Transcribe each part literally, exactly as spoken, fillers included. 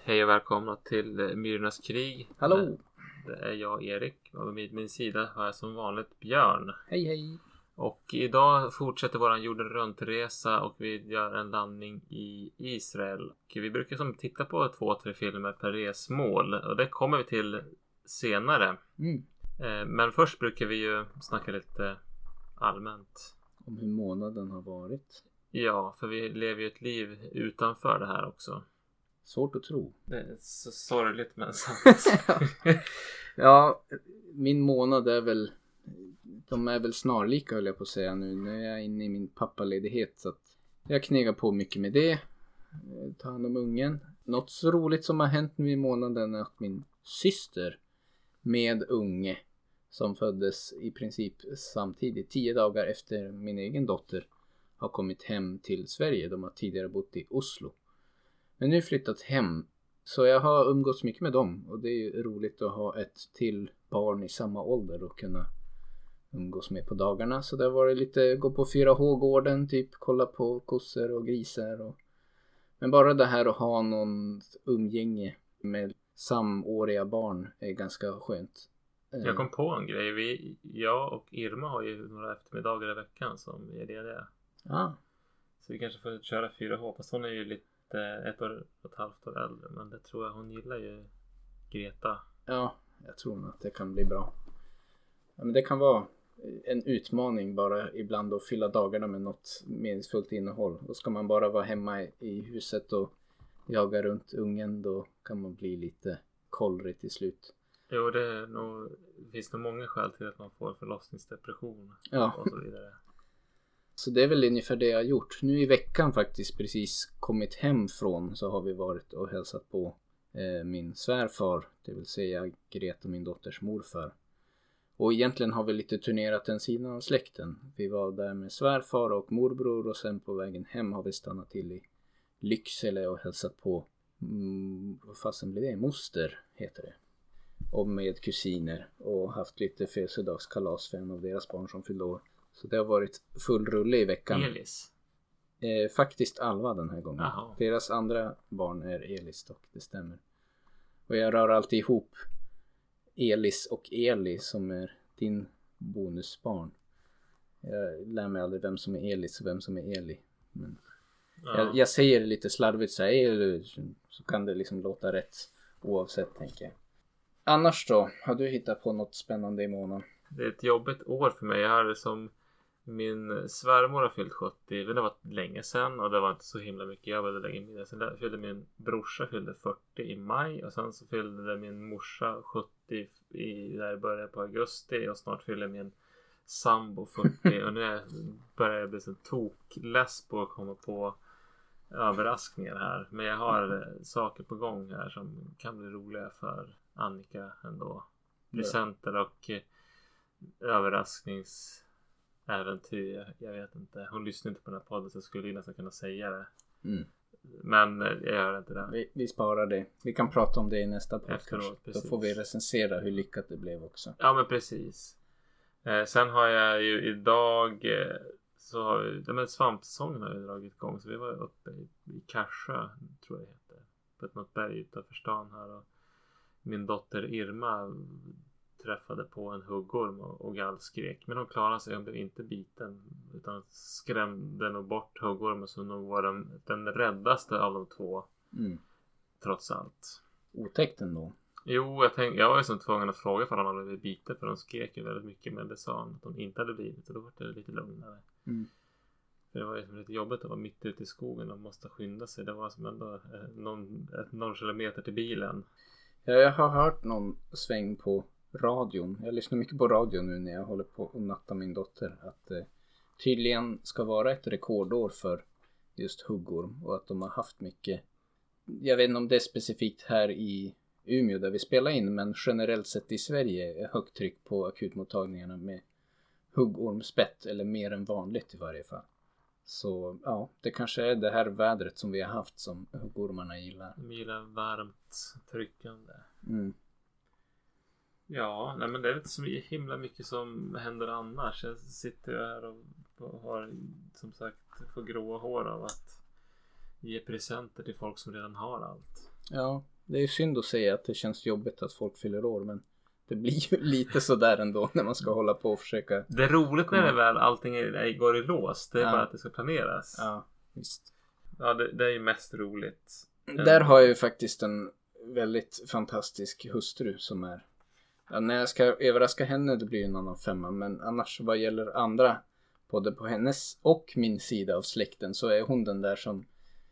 Hej och välkomna till Myrornas krig. Hallå! Det är jag, Erik, och vid min sida har jag som vanligt Björn. Hej hej! Och idag fortsätter våran jorden runt-resa och vi gör en landning i Israel. Och vi brukar som titta på två, tre filmer per resmål och det kommer vi till senare. Mm. Men först brukar vi ju snacka lite allmänt. Om hur månaden har varit. Ja, för vi lever ju ett liv utanför det här också. Svårt att tro. Det är så sorgligt men sant. Ja, min månad är väl, de är väl snarlika höll jag på att säga nu. Nu är jag inne i min pappaledighet så att jag knegar på mycket med det. Ta hand om ungen. Något så roligt som har hänt nu i månaden är att min syster med unge som föddes i princip samtidigt, tio dagar efter min egen dotter, har kommit hem till Sverige. De har tidigare bott i Oslo. Men nu flyttat hem. Så jag har umgåtts mycket med dem. Och det är ju roligt att ha ett till barn i samma ålder och kunna umgås med på dagarna. Så det har varit lite gå på fyra H-gården typ. Kolla på kossor och grisar. Och... Men bara det här att ha någon umgänge med samåriga barn är ganska skönt. Jag kom på en grej. Vi, jag och Irma har ju några eftermiddagar i veckan som är lediga. Ah. Så vi kanske får köra fyra H. Fast hon är ju lite ett år och ett halvt år äldre. Men det tror jag hon gillar ju Greta. Ja, jag tror nog att det kan bli bra. Ja, men det kan vara en utmaning bara ibland att fylla dagarna med något meningsfullt innehåll. Och ska man bara vara hemma i huset och jaga runt ungen, då kan man bli lite kollrig till slut. Jo, det är nog, finns nog många skäl till att man får förlossningsdepression ja. och så vidare. Så det är väl ungefär det jag har gjort. Nu i veckan faktiskt precis kommit hem från så har vi varit och hälsat på eh, min svärfar. Det vill säga Greta, min dotters morfar. Och egentligen har vi lite turnerat den sidan av släkten. Vi var där med svärfar och morbror och sen på vägen hem har vi stannat till i Lycksele och hälsat på, mm, vad fasen blir det? Moster heter det. Och med kusiner och haft lite födelsedagskalas för en av deras barn som fyllde år. Så det har varit full rulle i veckan. Elis? Eh, faktiskt Alva den här gången. Aha. Deras andra barn är Elis dock, det stämmer. Och jag rör alltid ihop Elis och Eli som är din bonusbarn. Jag lär mig aldrig vem som är Elis och vem som är Eli. Men ja. jag, jag säger det lite slarvigt så här, så kan det liksom låta rätt oavsett, tänker jag. Annars då, har du hittat på något spännande i månaden? Det är ett jobbigt år för mig. Jag hade som min svärmor har fyllt sjuttio. Det var länge sedan och det var inte så himla mycket. Jag var länge med. Sen där fyllde min brorsa fyllde fyrtio i maj. Och sen så fyllde min morsa sjuttio i, där började på augusti. Och snart fyllde min sambo fyrtio. Och nu börjar jag bli så tokless på att komma på överraskningar här. Men jag har saker på gång här som kan bli roliga för Annika ändå. Presenter och överraskningsäventyr. Jag vet inte. Hon lyssnar inte på den här podden så jag skulle nästan kunna säga det. Mm. Men jag gör inte det. Vi, vi sparar det. Vi kan prata om det i nästa podcast. Efteråt, då får vi recensera hur lyckat det blev också. Ja, men precis. Eh, sen har jag ju idag eh, så har vi, ja, men svampsäsongen har ju dragit igång. Så vi var uppe i, i Karsö, tror jag det heter. På ett något berg utanför stan här. Och min dotter Irma träffade på en huggorm och, och gallskrek. Men hon klarade sig, hon blev inte biten. Utan skrämde nog bort huggormen. Så nog var den, den räddaste av de två. Mm. Trots allt. Otäckt ändå. Jo, jag, tänk, jag var ju som tvungen att fråga för han hade blivit biten. För de skrek ju väldigt mycket. Men det sa han att de inte hade blivit. Så då var det lite lugnare. Mm. För det var ju lite jobbigt att vara mitt ute i skogen och måste skynda sig. Det var som ändå eh, någon, ett, någon kilometer till bilen. Ja, jag har hört någon sväng på radion. Jag lyssnar mycket på radio nu när jag håller på att natta min dotter. Att eh, tydligen ska vara ett rekordår för just huggorm. Och att de har haft mycket. Jag vet inte om det är specifikt här i Umeå där vi spelar in. Men generellt sett i Sverige är högt tryck på akutmottagningarna med huggormspett. Eller mer än vanligt i varje fall. Så ja, det kanske är det här vädret som vi har haft som huggormarna gillar. De gillar varmt, tryckande. Mm. Ja, nej men det är inte så himla mycket som händer annars. Jag sitter ju här och har som sagt får gråa hår av att ge presenter till folk som redan har allt. Ja, det är ju synd att säga att det känns jobbigt att folk fyller år, men det blir ju lite sådär ändå när man ska hålla på och försöka. Det är roligt när det väl allting är, går i lås. Det är ja. bara att det ska planeras. Ja, visst. Ja, det, det är ju mest roligt. Där har jag ju faktiskt en väldigt fantastisk hustru som är. Ja, när jag ska överraska henne det blir en annan femma. Men annars vad gäller andra, både på hennes och min sida av släkten, så är hon den där som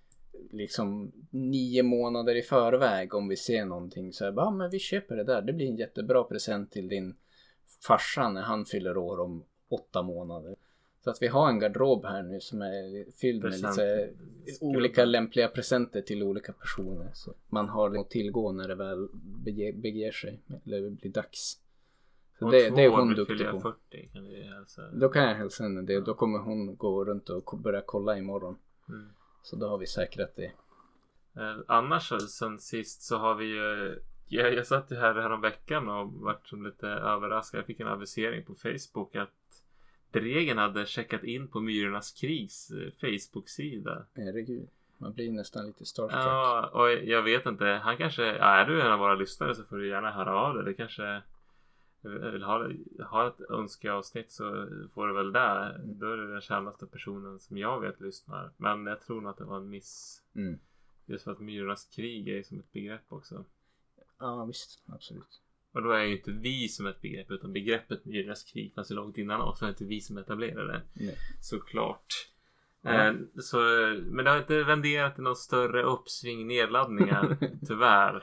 liksom nio månader i förväg om vi ser någonting så är bara, ja, men vi köper det där. Det blir en jättebra present till din farsa när han fyller år om åtta månader. Så att vi har en garderob här nu som är fylld med lite olika lämpliga presenter till olika personer. Så man har det att tillgå när det väl beger, beger sig. Eller det blir dags. Så det, det är hon duktig på. fyrtio, kan du hälsa. Då kan jag hälsa henne det. Då kommer hon gå runt och börja kolla imorgon. Mm. Så då har vi säkrat det. Eh, annars sen sist så har vi ju... Jag, jag satt ju här, här om veckan och varit som lite överraskad. Jag fick en avisering på Facebook att Dregen hade checkat in på Myrornas krigs Facebook-sida. Herregud, man blir nästan lite starstruck. Ja, och jag vet inte. Han kanske, ja, är du en av våra lyssnare så får du gärna höra av dig. Det kanske vill ha, ha ett önskeavsnitt så får du väl där. Då är det den kändaste personen som jag vet lyssnar. Men jag tror nog att det var en miss. Mm. Just för att Myrornas krig är som ett begrepp också. Ja, visst, absolut. Och då är ju inte vi som ett begrepp, utan begreppet Myrornas krig fanns ju långt innan oss, så är det inte vi som etablerade det. Nej. Såklart. Ja. Eh, så, men det har inte renderat i någon större uppsving nedladdningar, tyvärr.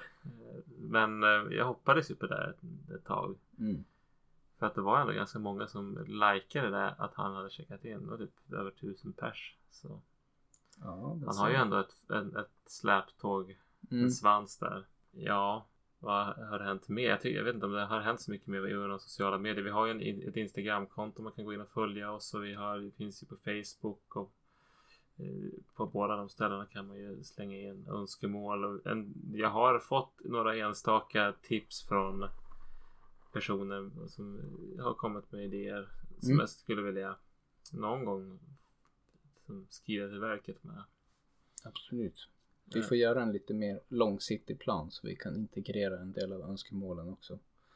Men eh, jag hoppades ju på det ett, ett tag. Mm. För att det var ändå ganska många som likade det, att han hade checkat in. Det var typ över tusen pers. Så. Ja, han har ju ändå ett, ett, ett släptåg, mm. en svans där. Ja. Vad har hänt med? Jag, tycker, jag vet inte om det har hänt så mycket med de sociala medier. Vi har ju en, ett Instagram-konto man kan gå in och följa oss. Och vi har, det finns ju på Facebook. Och eh, på båda de ställena kan man ju slänga in önskemål. Och en, jag har fått några enstaka tips från personer som har kommit med idéer. Som mm. jag skulle vilja någon gång som skriva till verket med. Absolut. Vi får göra en lite mer långsiktig plan så vi kan integrera en del av önskemålen också.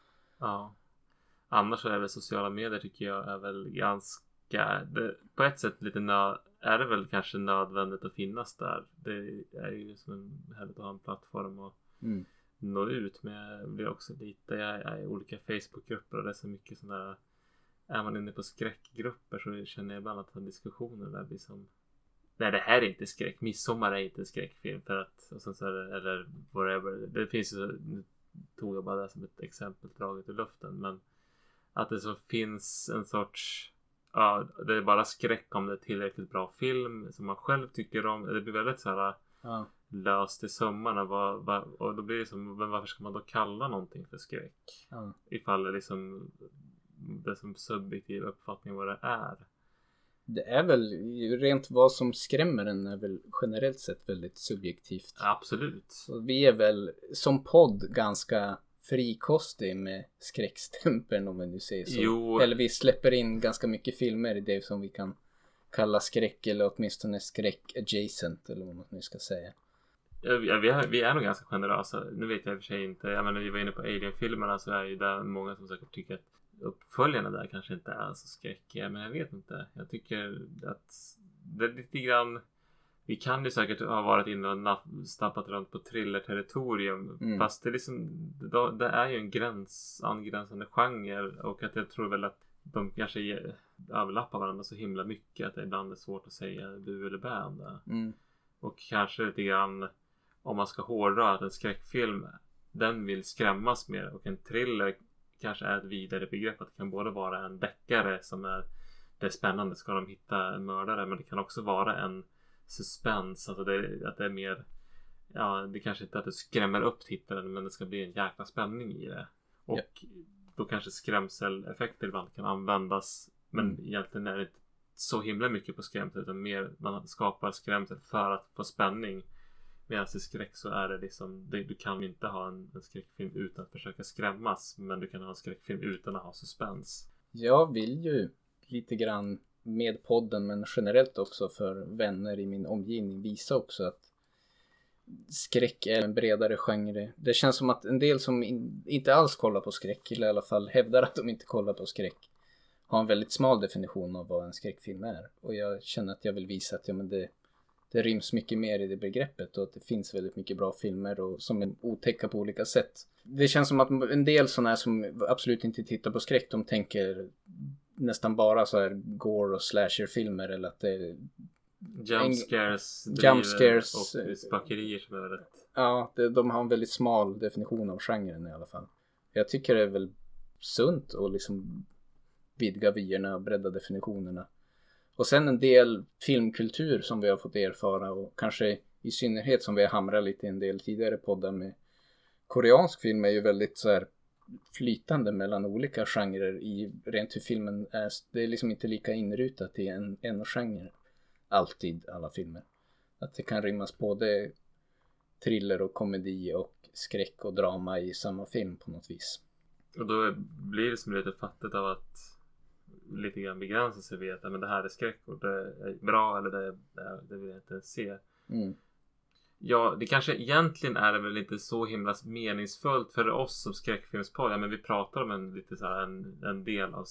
Ja. Annars är väl sociala medier tycker jag är väl ganska... Det, på ett sätt lite nö, är det väl kanske nödvändigt att finnas där. Det är ju som en härligt att ha en plattform och mm. nå ut med. Jag blir också lite... Jag är i olika Facebookgrupper och det är så mycket sådana... Är man inne på skräckgrupper så känner jag ibland att ha diskussioner där blir som... Nej, det här är inte skräck. Midsommar är inte en skräckfilm för att, och sen så är det, eller whatever. Det finns ju, nu tog jag bara det som ett exempel draget i luften, men att det så finns en sorts, ja, det är bara skräck om det är tillräckligt bra film som man själv tycker om. Det blir väldigt så här ja. löst i sömmarna. Vad, vad, och då blir det som, men varför ska man då kalla någonting för skräck? Ja. Ifall det liksom, det som subjektiv uppfattning vad det är. Det är väl rent vad som skrämmer en är väl generellt sett väldigt subjektivt. Absolut. Så vi är väl som podd ganska frikostig med skräckstämpeln om man nu säger så. Jo. Eller vi släpper in ganska mycket filmer i det som vi kan kalla skräck eller åtminstone skräck adjacent eller vad man nu ska säga. Ja, vi, är, vi är nog ganska generösa. Nu vet jag i och för sig inte. Jag menar, vi var inne på Alien-filmerna så är ju där många som säkert tycker att uppföljarna där kanske inte är så skräckiga, men jag vet inte. Jag tycker att det är lite grann, vi kan ju säkert ha varit inne och napp, stampat runt på thriller-territorium, mm. fast det är liksom, det, det är ju en gräns, angränsande genre och att jag tror väl att de kanske ger, överlappar varandra så himla mycket att det ibland är svårt att säga bu eller bä om det. Mm. Och kanske lite grann, om man ska hårdra att en skräckfilm, den vill skrämmas mer och en thriller kanske är ett vidare begrepp, att det kan både vara en deckare som är, det är spännande, ska de hitta en mördare, men det kan också vara en suspens, alltså det, att det är mer, ja, det kanske inte att det skrämmer upp tittaren, men det ska bli en jäkla spänning i det. Och ja. Då kanske skrämseleffekter ibland kan användas, men mm. egentligen är det inte så himla mycket på skrämsel, utan mer man skapar skrämsel för att få spänning. Medan i skräck så är det liksom, det, du kan inte ha en, en skräckfilm utan att försöka skrämmas, men du kan ha en skräckfilm utan att ha suspens. Jag vill ju lite grann med podden, men generellt också för vänner i min omgivning visa också att skräck är en bredare genre. Det känns som att en del som in, inte alls kollar på skräck, eller i alla fall hävdar att de inte kollar på skräck, har en väldigt smal definition av vad en skräckfilm är. Och jag känner att jag vill visa att ja, men det, det ryms mycket mer i det begreppet och att det finns väldigt mycket bra filmer och som är otäcka på olika sätt. Det känns som att en del sådana här som absolut inte tittar på skräck, de tänker nästan bara så här gore och slasherfilmer, eller att det är jump scares, jump scares och spakerier som är väldigt... Ja, det, de har en väldigt smal definition av genren i alla fall. Jag tycker det är väl sunt att liksom vidga vyerna och bredda definitionerna. Och sen en del filmkultur som vi har fått erfara, och kanske i synnerhet som vi har hamrat lite i en del tidigare poddar med. Koreansk film är ju väldigt så här flytande mellan olika genrer i rent hur filmen är. Det är liksom inte lika inrutat i en, en genre. Alltid alla filmer. Att det kan rymmas både thriller och komedi och skräck och drama i samma film på något vis. Och då blir det som lite fattigt av att lite grann begränsa sig vid att men det här är skräck och det är bra, eller det, det, det vill jag inte se. Mm. Ja, det kanske egentligen är det väl inte så himla meningsfullt för oss som skräckfilmspodd. Ja, men vi pratar om en, lite så här, en, en del av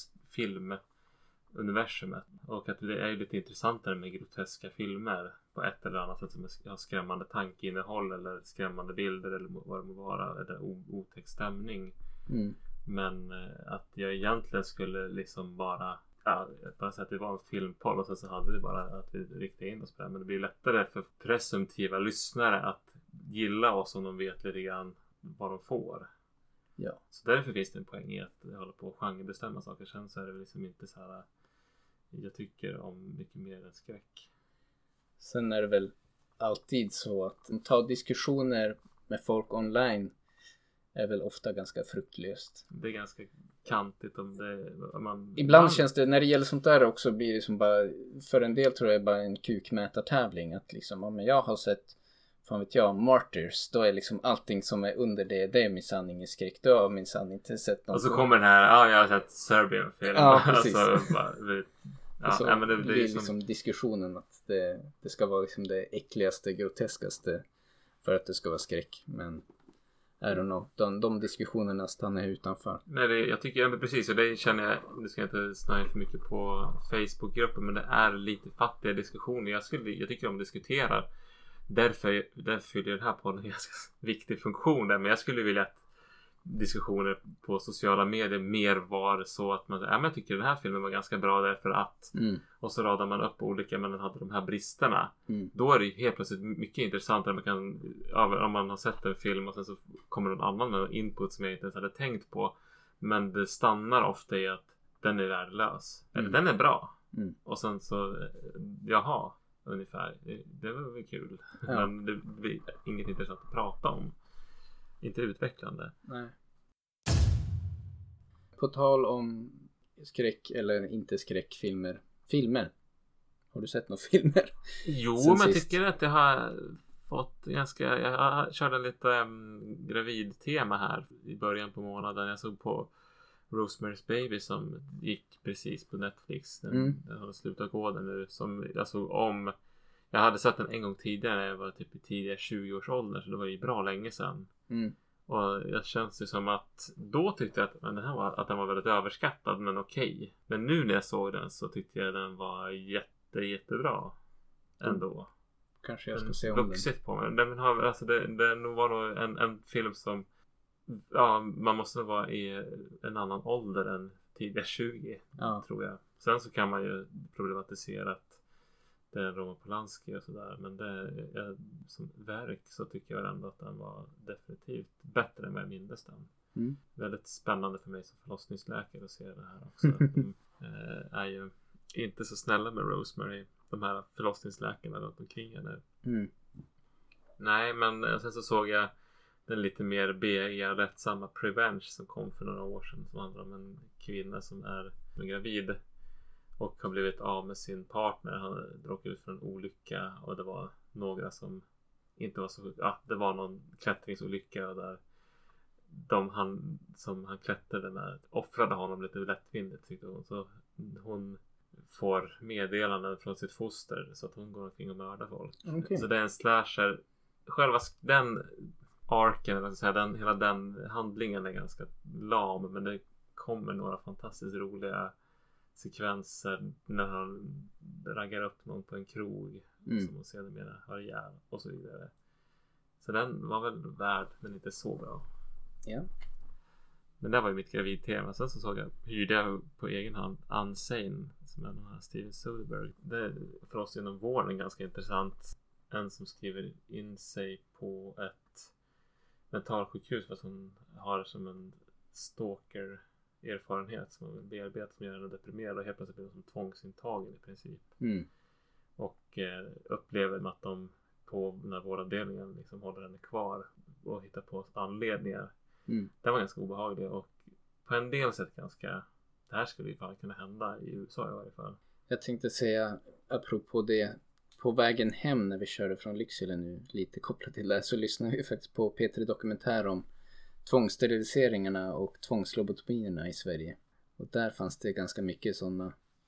filmuniversumet. Och att det är lite intressantare med groteska filmer på ett eller annat sätt, som har skrämmande tankeinnehåll eller skrämmande bilder eller vad det må vara, eller otäck stämning. Mm. Men att jag egentligen skulle liksom bara ja, bara säga att det var en filmpodd och sen så hade vi bara att vi riktade in oss på det. Men det blir lättare för presumtiva lyssnare att gilla oss om de vet lite grann vad de får. Ja. Så därför finns det en poäng i att hålla på och genrebestämma saker. Sen så är det liksom inte så här, jag tycker om mycket mer än skräck. Sen är det väl alltid så att ta diskussioner med folk online är väl ofta ganska fruktlöst. Det är ganska kantigt om det om man... Ibland man... känns det, när det gäller sånt där också, blir det som bara, för en del tror jag bara en kukmätartävling, att liksom, om jag har sett, fan vet jag, Martyrs, då är liksom allting som är under det, det är min sanning i skräck. Då har min sanning inte sett något. Och så kommer den här, ja jag har sett Serbian film. Ja, precis. Alltså, bara, vi, ja, så ja, men det, det det blir är liksom, liksom diskussionen att det, det ska vara liksom det äckligaste, groteskaste för att det ska vara skräck. Men I don't know, de, de diskussionerna stannar utanför. Nej, det, jag tycker ja, precis, och det känner jag, nu ska jag inte snöa för mycket på Facebookgruppen, men det är lite fattiga diskussioner. Jag, skulle, jag tycker de diskuterar. Därför, därför fyller den här podden en ganska viktig funktion där. Men jag skulle vilja att diskussioner på sociala medier mer var så att man säger, ja men jag tycker den här filmen var ganska bra därför att Mm. och så radar man upp olika, men den hade de här bristerna. Mm. Då är det ju helt plötsligt mycket intressantare. Man kan, ja, om man har sett en film och sen så kommer någon annan med input som jag inte ens hade tänkt på, men det stannar ofta i att den är värdelös, eller Mm. den är bra. Mm. Och sen så jaha, ungefär, det, det var väl kul. Ja. Men det blir inget intressant att prata om, inte utvecklande. Nej. På tal om skräck eller inte skräckfilmer. Filmer. Har du sett några filmer? Jo, Sen men jag sist? tycker att jag har fått ganska... Jag körde lite um, gravidtema här i början på månaden. Jag såg på Rosemary's Baby som gick precis på Netflix. Den, Mm. den har slutat gå den nu. Som jag såg om... Jag hade sett den en gång tidigare när jag var typ i tidiga tjugo-årsåldern. Så det var ju bra länge sedan. Mm. Och jag känns ju som att då tyckte jag att, men den här var, att den var väldigt överskattad, men okej. Men nu när jag såg den så tyckte jag den var jätte, jättebra ändå. Kanske jag ska Den se om den. vuxit på mig. Den, har, alltså det, det var nog en, en film som, ja, man måste vara i en annan ålder än tidiga tjugo, Ja. tror jag. Sen så kan man ju problematisera att det är Roman Polanski och sådär, men det är, som verk så tycker jag ändå att den var definitivt bättre än vad jag mindes den. Mm. Väldigt spännande för mig som förlossningsläkare att se det här också. De eh, är ju inte så snälla med Rosemary, de här förlossningsläkarna runt omkring henne. Mm. Nej, men eh, sen så såg jag den lite mer B E lättsamma Prevenge som kom för några år sedan, som handlar om en kvinna som är gravid och har blivit av med sin partner. Han råkade ut för en olycka och det var några som inte var så... Ja, det var någon klättringsolycka där de han, som han klättrade med offrade honom lite lättvindigt, tyckte hon. Så hon får meddelanden från sitt foster så att hon går omkring och mördar folk. Okay. Så det är en slasher själva den arken, eller så säga, den, hela den handlingen är ganska lam, men det kommer några fantastiskt roliga sekvenser när han raggar upp någon på en krog mm. som hon sedermera har ihjäl och så vidare. Så den var väl värd, men inte så bra. Ja. Men det var ju mitt gravidtema. Sen så såg jag, hyrde jag på egen hand Unsane, som är den här Steven Soderbergh. Det är för oss inom vården ganska intressant. En som skriver in sig på ett mentalsjukhus fast hon har som en stalker erfarenhet som hon bearbetar, som gör henne deprimerad och helt plötsligt blir som tvångsintagen i princip. Mm. Och eh, upplever att de på den här vårdavdelningen liksom håller henne kvar och hittar på anledningar. Mm. Den var ganska obehaglig och på en del sätt ganska, det här skulle ju fan kunna hända i U S A i varje fall. Jag tänkte säga, apropå det, på vägen hem när vi körde från Lycksele nu, lite kopplat till det, så lyssnade vi faktiskt på P tre Dokumentär om tvångssteriliseringarna och tvångslobotomierna i Sverige. Och där fanns det ganska mycket sådana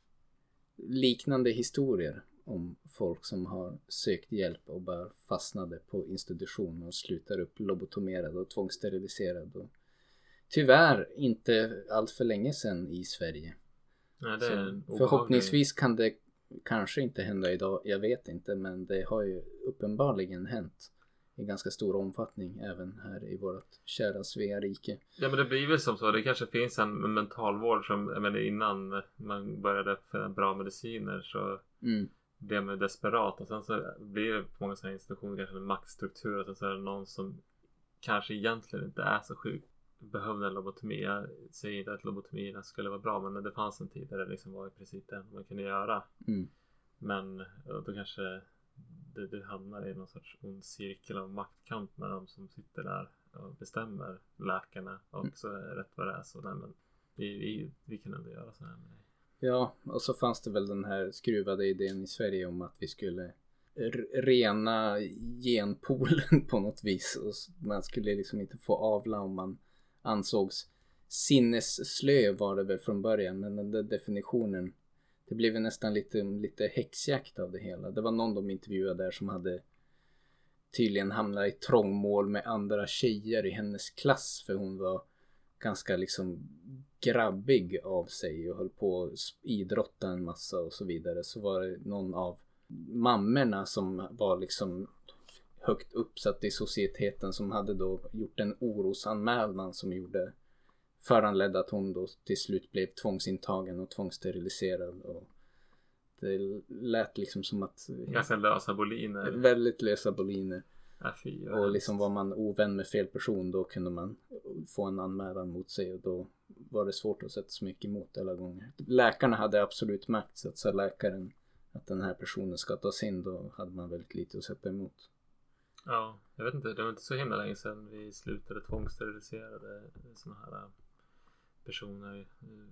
liknande historier om folk som har sökt hjälp och bara fastnade på institution och slutar upp lobotomerad och tvångssteriliserad. Och tyvärr inte allt för länge sedan i Sverige. Nej, det är förhoppningsvis kan det kanske inte hända idag, jag vet inte, men det har ju uppenbarligen hänt i ganska stor omfattning även här i vårt kära Svea-rike. Ja, men det blir väl som så. Det kanske finns en mentalvård som, jag menar, innan man började för bra mediciner så mm. blev man desperat och sen så blir det på många sådana institutioner kanske en maktstruktur och sen så är det någon som kanske egentligen inte är så sjuk behövde en lobotomi. Jag säger inte att lobotomierna skulle vara bra, men det fanns en tid där det liksom var i princip det man kunde göra. Mm. Men då kanske det, det hamnar i någon sorts ond cirkel av maktkamp med de som sitter där och bestämmer, läkarna, och mm. så är det rätt vad det är så. Nej, men vi, vi, vi kan ändå göra så här med det. Ja, och så fanns det väl den här skruvade idén i Sverige om att vi skulle rena genpoolen på något vis, och man skulle liksom inte få avla om man ansågs sinnesslö, var det väl från början, men den där definitionen, det blev nästan lite, lite häxjakt av det hela. Det var någon de intervjuade där som hade tydligen hamnat i trångmål med andra tjejer i hennes klass, för hon var ganska liksom grabbig av sig och höll på att idrotta en massa och så vidare. Så var det någon av mammorna som var liksom högt uppsatt i societeten som hade då gjort en orosanmälan som gjorde föranledde att hon då till slut blev tvångsintagen och tvångssteriliserad, och det lät liksom som att ganska lösa boliner, väldigt lösa boliner. Ja, fy, och liksom var man ovän med fel person, då kunde man få en anmälan mot sig, och då var det svårt att sätta så mycket emot alla gånger. Läkarna hade absolut makt, så att sa läkaren att den här personen ska tas in, då hade man väldigt lite att sätta emot. Ja, jag vet inte, det var inte så himla länge sedan vi slutade tvångssteriliserade såna här personer,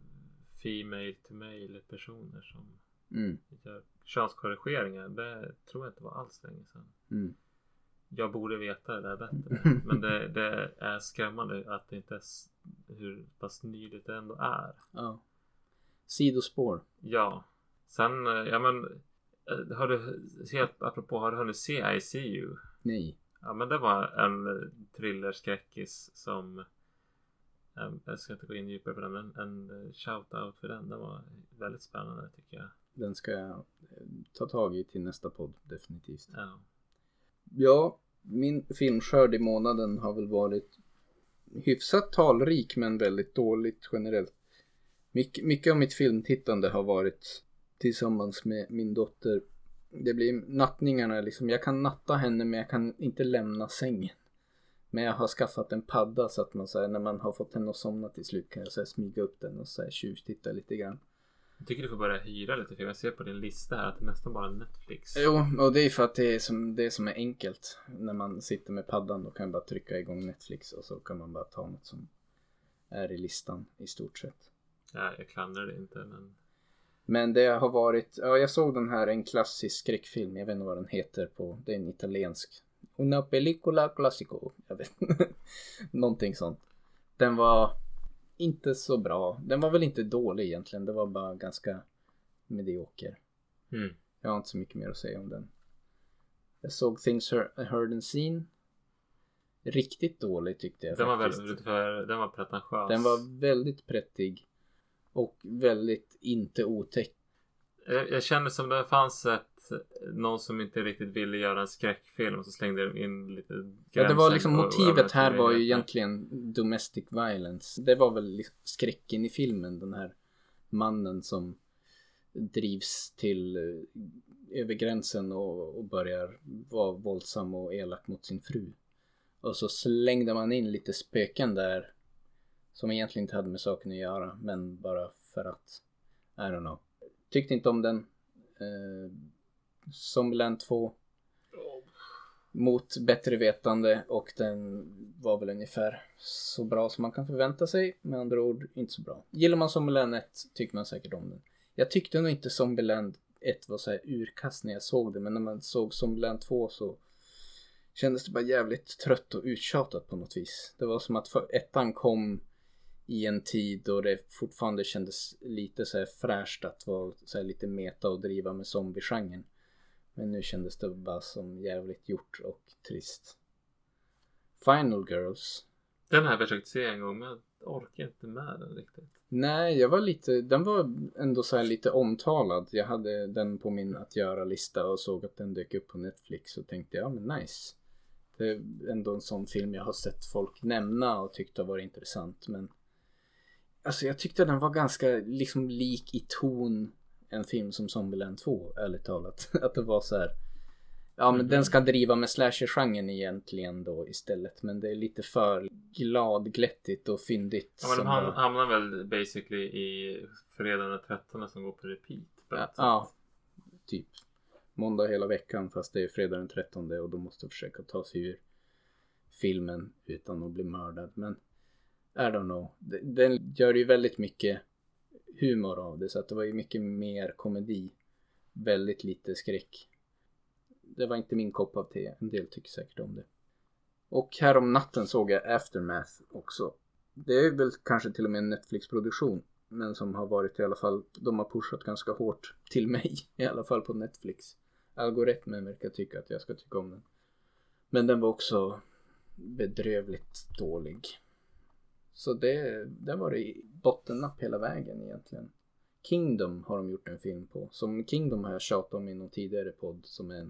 female to male personer som mm. gör könskorrigeringar. Det tror jag inte var alls länge sedan. Mm. Jag borde veta det där bättre, men det, det är skrämmande att det inte är hur pass nyligt det ändå är. Ja. Sidospår. Ja. Sen, ja men har du, helt apropå, har du hunnit se I C U? Nej. Ja, men det var en thrillerskräckis som, jag ska inte gå in djupare på den, men en shout-out för den. Den var väldigt spännande tycker jag. Den ska jag ta tag i till nästa podd, definitivt. Ja. Ja, min filmskörd i månaden har väl varit hyfsat talrik, men väldigt dåligt generellt. Mycket, mycket av mitt filmtittande har varit tillsammans med min dotter. Det blir nattningarna liksom, jag kan natta henne men jag kan inte lämna sängen. Men jag har skaffat en padda så att man så här, när man har fått henne att somna till slut kan jag så här, smyga upp den och så här, tjuvtitta lite grann. Jag tycker du får börja hyra lite, för jag ser på din lista här att det nästan bara är Netflix. Jo, och det är för att det är som, det som är enkelt. När man sitter med paddan då kan man bara trycka igång Netflix och så kan man bara ta något som är i listan i stort sett. Ja, jag klandrar det inte, men... Men det har varit, ja jag såg den här, en klassisk skräckfilm, jag vet inte vad den heter på, det är en italiensk. Una pellicola classico, jag vet någonting sånt. Den var inte så bra, den var väl inte dålig egentligen, det var bara ganska medioker. Mm. Jag har inte så mycket mer att säga om den. Jag såg Things Heard and Seen. Riktigt dålig tyckte jag den faktiskt. Var väldigt, för, den var pretentiös. Den var väldigt prettig. Och väldigt inte otäck. Jag, jag kände som det fanns ett någon som inte riktigt ville göra en skräckfilm och så slängde de in lite gränser. Ja, det var liksom motivet och, här var ju egentligen domestic violence. Det var väl liksom skräcken i filmen, den här mannen som drivs till över gränsen och, och börjar vara våldsam och elak mot sin fru. Och så slängde man in lite spöken där som egentligen inte hade med saken att göra, men bara för att I don't know. Tyckte inte om den. eh, Zombieland två mot bättre vetande, och den var väl ungefär så bra som man kan förvänta sig, med andra ord inte så bra. Gillar man Zombieland ett tycker man säkert om den. Jag tyckte nog inte Zombieland ett var så här urkast när jag såg det, men när man såg Zombieland två så kändes det bara jävligt trött och uttjatat på något vis. Det var som att ettan kom i en tid då det fortfarande kändes lite så här fräscht att vara så här lite meta och driva med zombie-genren. Men nu kändes det bara som jävligt gjort och trist. Final Girls. Den har jag försökt se en gång, men jag orkar inte med den riktigt. Nej, jag var lite, den var ändå så här lite omtalad. Jag hade den på min att göra-lista och såg att den dök upp på Netflix och tänkte, ja men nice. Det är ändå en sån film jag har sett folk nämna och tyckte var intressant, men alltså jag tyckte den var ganska liksom lik i ton en film som Zombieland två, ärligt talat. Att det var så här, ja men mm-hmm. den ska driva med slasher-genren egentligen då istället, men det är lite för gladglättigt och fyndigt. Ja, men de ham- hamnar väl basically i fredagen den trettonde som går på repeat. Ja, ja, typ måndag hela veckan, fast det är fredag den trettonde och då måste försöka ta sig ur filmen utan att bli mördad. Men I don't know, den gör ju väldigt mycket humor av det, så att det var ju mycket mer komedi, väldigt lite skräck. Det var inte min kopp av te, en del tycker säkert om det. Och här om natten såg jag Aftermath också. Det är väl kanske till och med en Netflix-produktion, men som har varit i alla fall, de har pushat ganska hårt till mig, i alla fall på Netflix. Algoritmen verkar tycka att jag ska tycka om den. Men den var också bedrövligt dålig. Så det, det var det bottennapp hela vägen egentligen. Kingdom har de gjort en film på. Som Kingdom har jag tjatat om i någon tidigare podd, som är en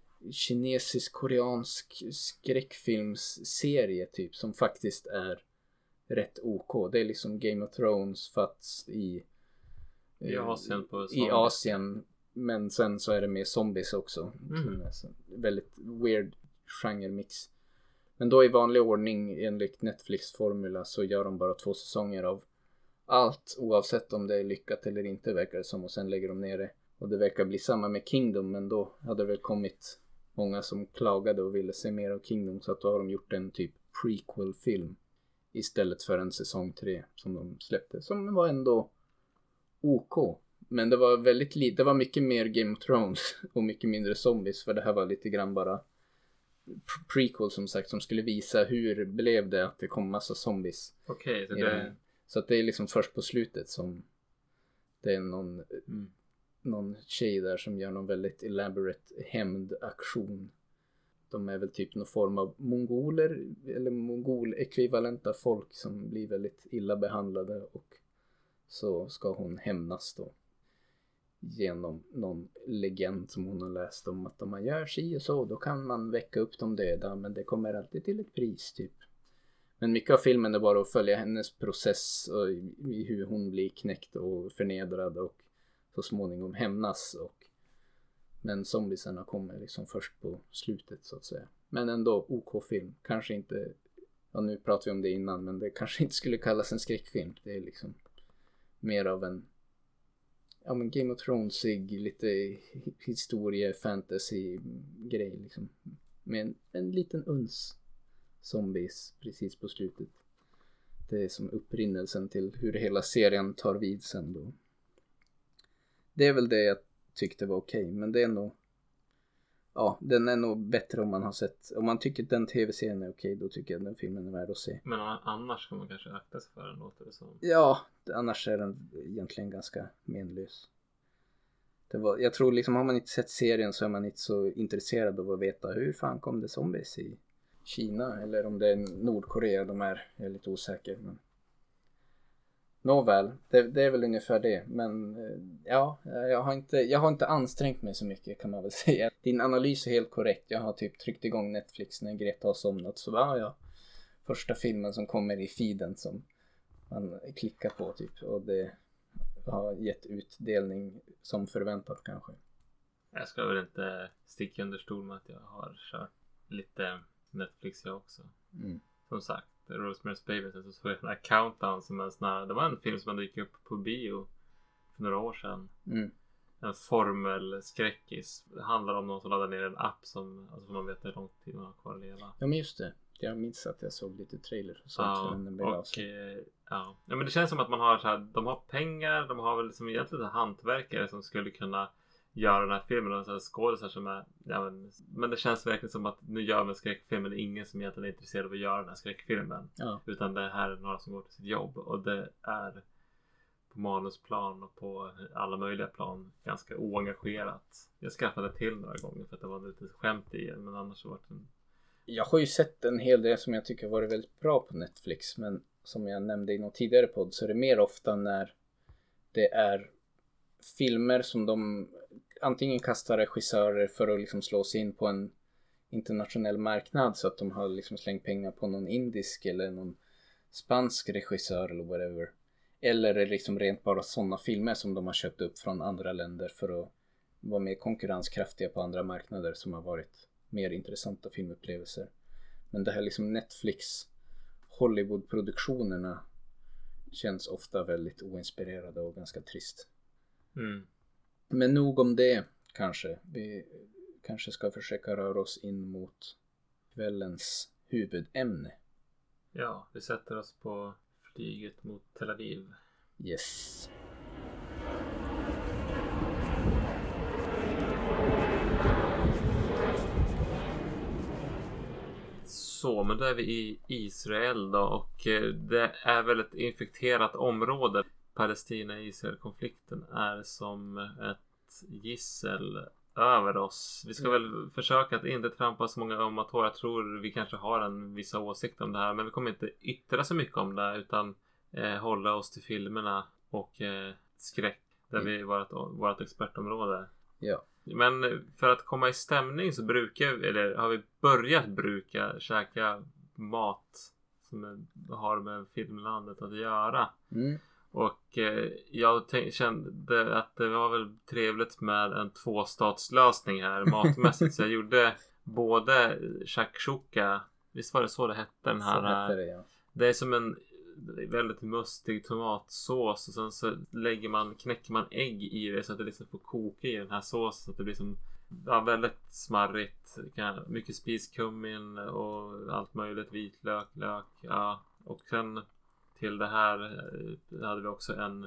kinesisk-koreansk skräckfilmsserie typ, som faktiskt är rätt OK. Det är liksom Game of Thrones fast i I Asien, på i Asien, men sen så är det med zombies också. Mm. Väldigt weird genre-mix. Men då i vanlig ordning enligt Netflix-formula så gör de bara två säsonger av allt, oavsett om det är lyckat eller inte, verkar det som, och sen lägger de ner det. Och det verkar bli samma med Kingdom, men då hade det väl kommit många som klagade och ville se mer av Kingdom, så att då har de gjort en typ prequel-film istället för en säsong tre som de släppte, som var ändå OK. Men det var väldigt lite, det var mycket mer Game of Thrones och mycket mindre zombies, för det här var lite grann bara prequel som sagt, som skulle visa hur blev det att det kom massa zombies. Okej, okay, så det... Så att det är liksom först på slutet som det är någon mm. någon tjej där som gör någon väldigt elaborate hämndaktion. De är väl typ någon form av mongoler eller mongol-ekvivalenta folk som blir väldigt illa behandlade, och så ska hon hämnas då genom någon legend som hon har läst om, att om man gör si och så då kan man väcka upp de döda, men det kommer alltid till ett pris typ. Men mycket av filmen är bara att följa hennes process och i hur hon blir knäckt och förnedrad och så småningom hämnas. Och men zombiesarna kommer liksom först på slutet så att säga. Men ändå OK-film. Kanske inte, ja nu pratar vi om det innan, men det kanske inte skulle kallas en skräckfilm. Det är liksom mer av en, ja men Game of Thrones-ig, lite historie, fantasy-grej liksom. Med en, en liten uns zombies precis på slutet. Det är som upprinnelsen till hur hela serien tar vid sen då. Det är väl det jag tyckte var okej, okay, men det är nog, ja, den är nog bättre om man har sett, om man tycker att den tv-serien är okej, okay, då tycker jag den filmen är värd att se. Men annars kan man kanske akta sig för den, låter det som. Ja, annars är den egentligen ganska menlös. Det var, jag tror liksom har man inte sett serien så är man inte så intresserad av att veta hur fan kom det zombies i Kina eller om det är Nordkorea de är. Jag är lite osäker. Men... Nåväl, det, det är väl ungefär det. Men ja, jag har, inte, jag har inte ansträngt mig så mycket kan man väl säga. Din analys är helt korrekt. Jag har typ tryckt igång Netflix när Greta har somnat. Så var jag första filmen som kommer i feeden som man klickar på typ. Och det har gett utdelning som förväntat kanske. Jag ska väl inte sticka under stol med att jag har kört lite Netflix jag också. Mm. Som sagt, Rosemary's Baby, så såg jag den här Countdown som en sån här, det var en film som hade gick upp på bio för några år sedan. Mm. En formelskräckis. Det handlar om någon som laddar ner en app som, alltså för man vet hur lång tid man har kvar att leva. Ja men just det. Jag minns att jag såg lite trailer och sånt. Ja, den blev och eh, ja. ja men det känns som att man har så här, de har pengar, de har väl liksom egentligen hantverkare som skulle kunna göra den här filmen och så här skådisar som är ja, men, men det känns verkligen som att nu gör vi en skräckfilm men det är ingen som egentligen är intresserad av att göra den här skräckfilmen. Ja. Utan det här är några som går till sitt jobb och det är på manusplan och på alla möjliga plan ganska oengagerat. Jag skrattade till några gånger för att det var lite skämt i men annars var det en... Jag har ju sett en hel del som jag tycker har varit väldigt bra på Netflix, men som jag nämnde i någon tidigare podd så är det mer ofta när det är filmer som de antingen kastar regissörer för att liksom slå sig in på en internationell marknad så att de har liksom slängt pengar på någon indisk eller någon spansk regissör eller whatever. Eller är det liksom rent bara sådana filmer som de har köpt upp från andra länder för att vara mer konkurrenskraftiga på andra marknader som har varit mer intressanta filmupplevelser. Men det här liksom Netflix Hollywood-produktionerna känns ofta väldigt oinspirerade och ganska trist. Mm. Men nog om det kanske. Vi kanske ska försöka röra oss in mot kvällens huvudämne. Ja, vi sätter oss på flyget mot Tel Aviv. Yes. Så, men då är vi i Israel då och det är väl ett infekterat område. Palestina-Israel-konflikten är som ett gissel över oss. Vi ska mm. väl försöka att inte trampa så många ömma tår. Jag tror vi kanske har en vissa åsikt om det här men vi kommer inte yttra så mycket om det utan eh, hålla oss till filmerna och eh, skräck där mm. vi är vårt, vårt expertområde. Ja. Men för att komma i stämning så brukar vi, eller har vi börjat bruka käka mat som har med filmlandet att göra. Mm. Och eh, jag tänk, kände att det var väl trevligt med en tvåstatslösning här matmässigt. Så jag gjorde både shakshuka, visst var det så det hette den här? Så hette det, ja. Det är som en väldigt mustig tomatsås och sen så lägger man, knäcker man ägg i det så att det liksom får koka i den här såsen så att det blir som ja, väldigt smarrigt, mycket spiskummin och allt möjligt, vitlök, lök, ja. Och sen till det här hade vi också en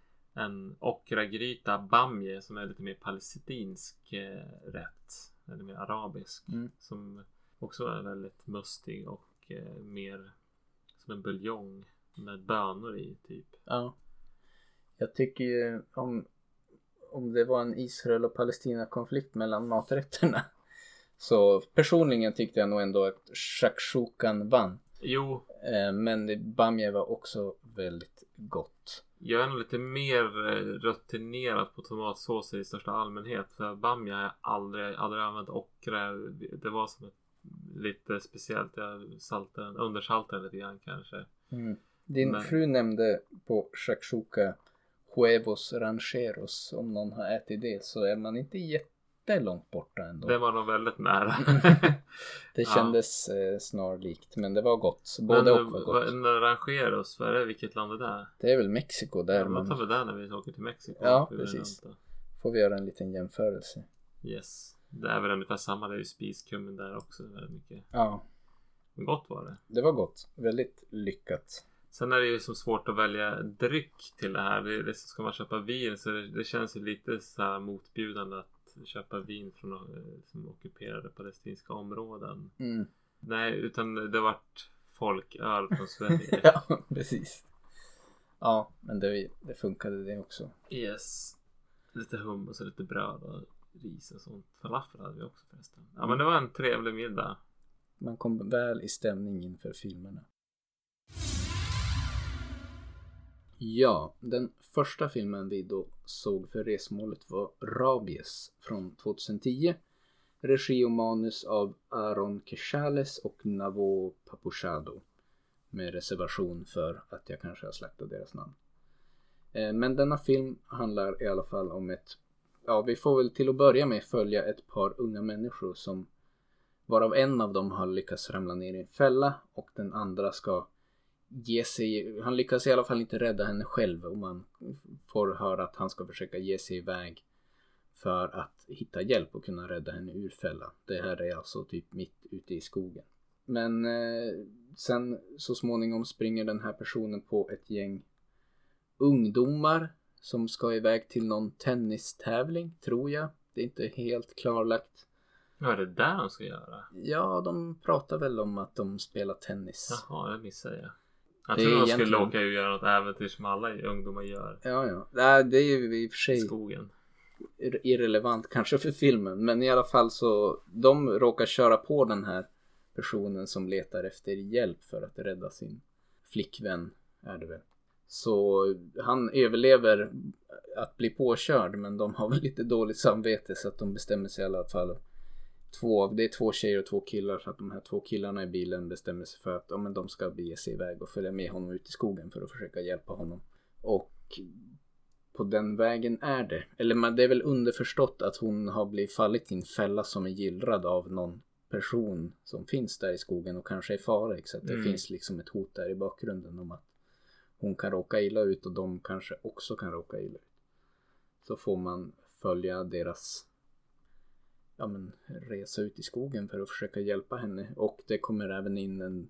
en okragryta bamje som är lite mer palestinsk eh, rätt eller mer arabisk mm. som också är väldigt mustig och eh, mer som en buljong med bönor i typ. Ja. Jag tycker ju om om det var en Israel och Palestina konflikt mellan maträtterna så personligen tyckte jag nog ändå att shakshukan vann. Jo. Eh, men bamje var också väldigt gott. Jag är nog lite mer rutinerad på tomatsåser i största allmänhet. För bamje har jag aldrig, aldrig använt okra. Det var som ett lite speciellt. Jag saltade den, undersaltade lite grann kanske. Mm. Din Men... fru nämnde på shakshuka huevos rancheros. Om någon har ätit det så är man inte jättelångt borta ändå. Det var nog väldigt nära. Det kändes ja. eh, snarlikt. Men det var gott. Både och var gott. Men rancheros, vad är det? Vilket land är det? Det är väl Mexiko där. Ja, man tar vi där när vi åker till Mexiko. Ja, precis. Får vi göra en liten jämförelse. Yes. Det är väl ungefär samma. Det är ju spiskummin där också väldigt mycket. Ja. Men gott var det. Det var gott. Väldigt lyckat. Sen är det ju som svårt att välja dryck till det här. Det, det ska man köpa vin så det, det känns ju lite så här motbjudande att köpa vin från som ockuperade palestinska områden. Mm. Nej, utan det vart folköl från Sverige. Ja, precis. Ja, men det, det funkade det också. Yes. lite hummus och lite bröd och ris och sånt. Falafel hade vi också förresten. Ja, men det var en trevlig middag. Man kom väl i stämning inför filmerna. Ja, den första filmen vi då såg för resmålet var Rabies från tjugohundratio. Regi och manus av Aaron Queixales och Navo Papuchado. Med reservation för att jag kanske har släppt deras namn. Men denna film handlar i alla fall om ett... Ja, vi får väl till att börja med följa ett par unga människor som... Varav en av dem har lyckats ramla ner i en fälla och den andra ska ge sig... Han lyckas i alla fall inte rädda henne själv och man får höra att han ska försöka ge sig iväg för att hitta hjälp och kunna rädda henne ur fällan. Det här är alltså typ mitt ute i skogen. Men eh, sen så småningom springer den här personen på ett gäng ungdomar som ska iväg till någon tennistävling, tror jag. Det är inte helt klarlagt. Vad är det där de ska göra? Ja, de pratar väl om att de spelar tennis. Jaha, det missade jag. Jag Det tror är de egentligen- skulle åka och göra något äventyr som alla ungdomar gör Ja, ja. Nej, det är ju i och för i sig skogen. irrelevant kanske för filmen. Men i alla fall så, de råkar köra på den här personen som letar efter hjälp för att rädda sin flickvän, är det väl. Så han överlever att bli påkörd, men de har väl lite dåligt samvete så att de bestämmer sig i alla fall. Två, det är två tjejer och två killar, så att de här två killarna i bilen bestämmer sig för att ja, men de ska bege sig iväg och följa med honom ut i skogen för att försöka hjälpa honom. Och på den vägen är det. Eller man, det är väl underförstått att hon har blivit fallit i en fälla som är gillrad av någon person som finns där i skogen och kanske är farlig. Så att det Mm. finns liksom ett hot där i bakgrunden om att hon kan råka illa ut och de kanske också kan råka illa ut. Så får man följa deras ja, men, resa ut i skogen för att försöka hjälpa henne. Och det kommer även in en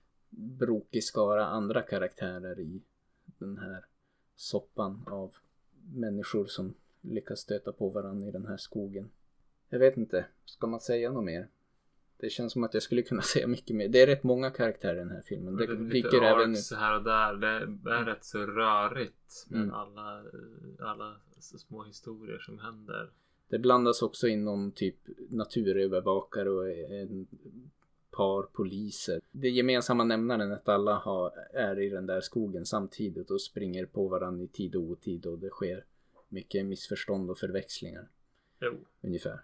brokig skara andra karaktärer i den här soppan av människor som lyckas stöta på varandra i den här skogen. Jag vet inte, ska man säga något mer? Det känns som att jag skulle kunna säga mycket mer. Det är rätt många karaktärer i den här filmen. Det, Det är dyker lite även arcs här och där. Det är rätt så rörigt med Mm. alla, alla små historier som händer. Det blandas också in någon typ naturövervakare och en par poliser. Det gemensamma nämnaren är att alla har, är i den där skogen samtidigt och springer på varandra i tid och otid och det sker mycket missförstånd och förväxlingar. Jo. Ungefär.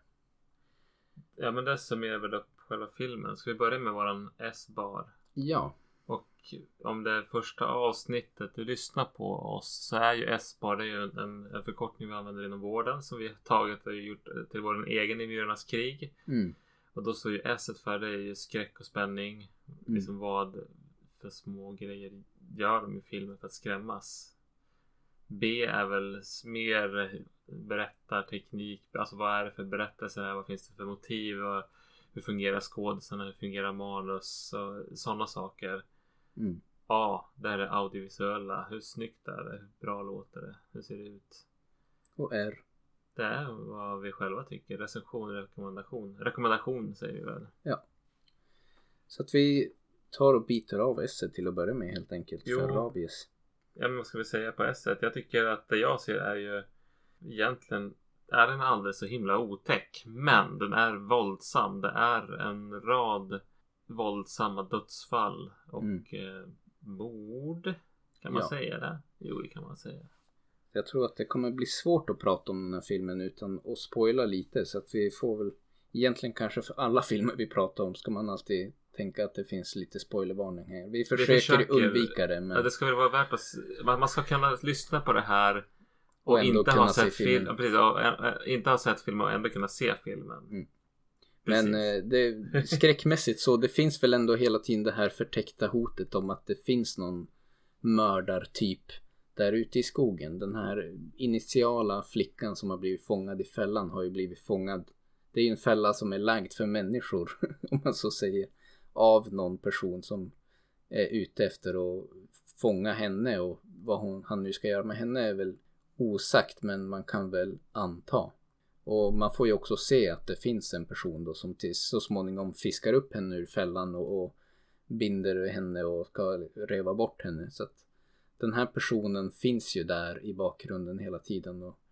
Ja, men det summerar väl upp själva filmen. Ska vi börja med våran S-bar? Ja. Och om det är första avsnittet du lyssnar på oss så är ju S-bar, det är ju en, en förkortning vi använder inom vården som vi har tagit och gjort till vår egen i Myrornas krig. Mm. Och då står ju S för det är ju skräck och spänning. Mm. Liksom vad för små grejer gör de i filmen för att skrämmas. B är väl mer berättarteknik. Alltså vad är det för berättelser här? Vad finns det för motiv? Och hur fungerar skådespelarna? Hur fungerar manus? Och sådana saker. Mm. A, det här är audiovisuella. Hur snyggt är det? Hur bra låter det? Hur ser det ut? Och R. Det är vad vi själva tycker. Recension, rekommendation. Rekommendation säger vi väl. Ja. Så att vi tar och biter av S till att börja med helt enkelt. Jo. För Rabies. Ja, men vad ska vi säga på S ett? Jag tycker att det jag ser är ju egentligen är den alldeles så himla otäck. Men den är våldsam. Det är en rad våldsamma dödsfall och Mm. eh, mord. Kan man Ja. säga det? Jo, det kan man säga. Jag tror att det kommer bli svårt att prata om den här filmen utan att spoila lite. Så att vi får väl egentligen kanske för alla filmer vi pratar om ska man alltid tänka att det finns lite spoilervarning här. Vi försöker, försöker undvika det. Men... Ja, det ska väl vara värt att s- man man ska kunna lyssna på det här och, Och ändå inte kunna ha se sett filmen. film, precis, och, ä- ä- inte ha sett filmen och ändå kunna se filmen. Mm. Precis. Men eh, det, skräckmässigt så det finns väl ändå hela tiden det här förtäckta hotet om att det finns någon mördartyp där ute i skogen. Den här initiala flickan som har blivit fångad i fällan har ju blivit fångad. Det är ju en fälla som är lagd för människor om man så säger. Av någon person som är ute efter att fånga henne och vad hon, han nu ska göra med henne är väl osagt men man kan väl anta. Och man får ju också se att det finns en person då som till så småningom fiskar upp henne ur fällan och, och binder henne och ska reva bort henne. Så att den här personen finns ju där i bakgrunden hela tiden och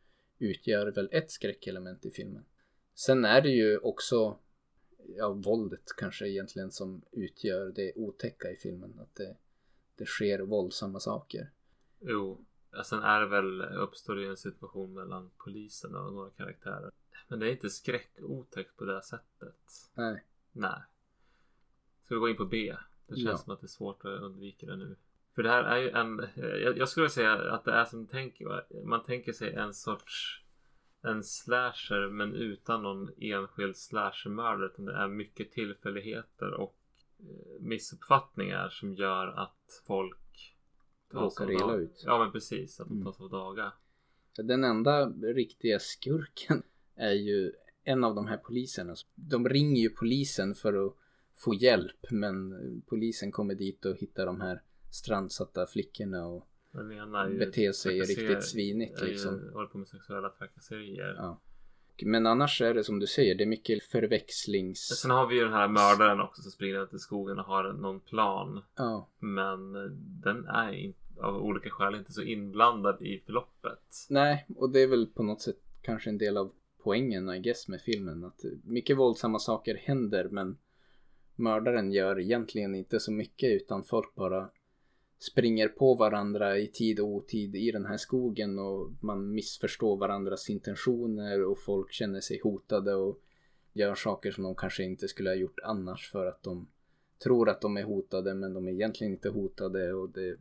utgör väl ett skräckelement i filmen. Sen är det ju också ja, våldet kanske egentligen som utgör det otäcka i filmen. Att det, det sker våldsamma saker. Jo, sen är det väl, uppstår det en situation mellan polisen och några karaktärer. Men det är inte skräckotäckt på det sättet. Nej. Nej. Ska vi gå in på B? Det känns Ja. som att det är svårt att undvika det nu. För det här är ju en... Jag, jag skulle säga att det är som tänker... Man tänker sig en sorts... En slasher men utan någon enskild slashermördare. Utan det är mycket tillfälligheter och missuppfattningar som gör att folk råkar illa ut. Ja men precis, att de Mm. tas av daga. Den enda riktiga skurken är ju en av de här poliserna. De ringer ju polisen för att få hjälp, men polisen kommer dit och hittar de här strandsatta flickorna och beter sig riktigt svinigt liksom. Håller på med sexuella trakasserier. Ja. Men annars är det som du säger, det är mycket förväxlings... Sen har vi ju den här mördaren också som springer ut i skogen och har någon plan. Ja. Men den är inte, av olika skäl inte så inblandad i förloppet. Nej, och det är väl på något sätt kanske en del av poängen I guess med filmen. Att mycket våldsamma saker händer, men mördaren gör egentligen inte så mycket, utan folk bara springer på varandra i tid och otid i den här skogen och man missförstår varandras intentioner och folk känner sig hotade och gör saker som de kanske inte skulle ha gjort annars för att de tror att de är hotade, men de är egentligen inte hotade, och det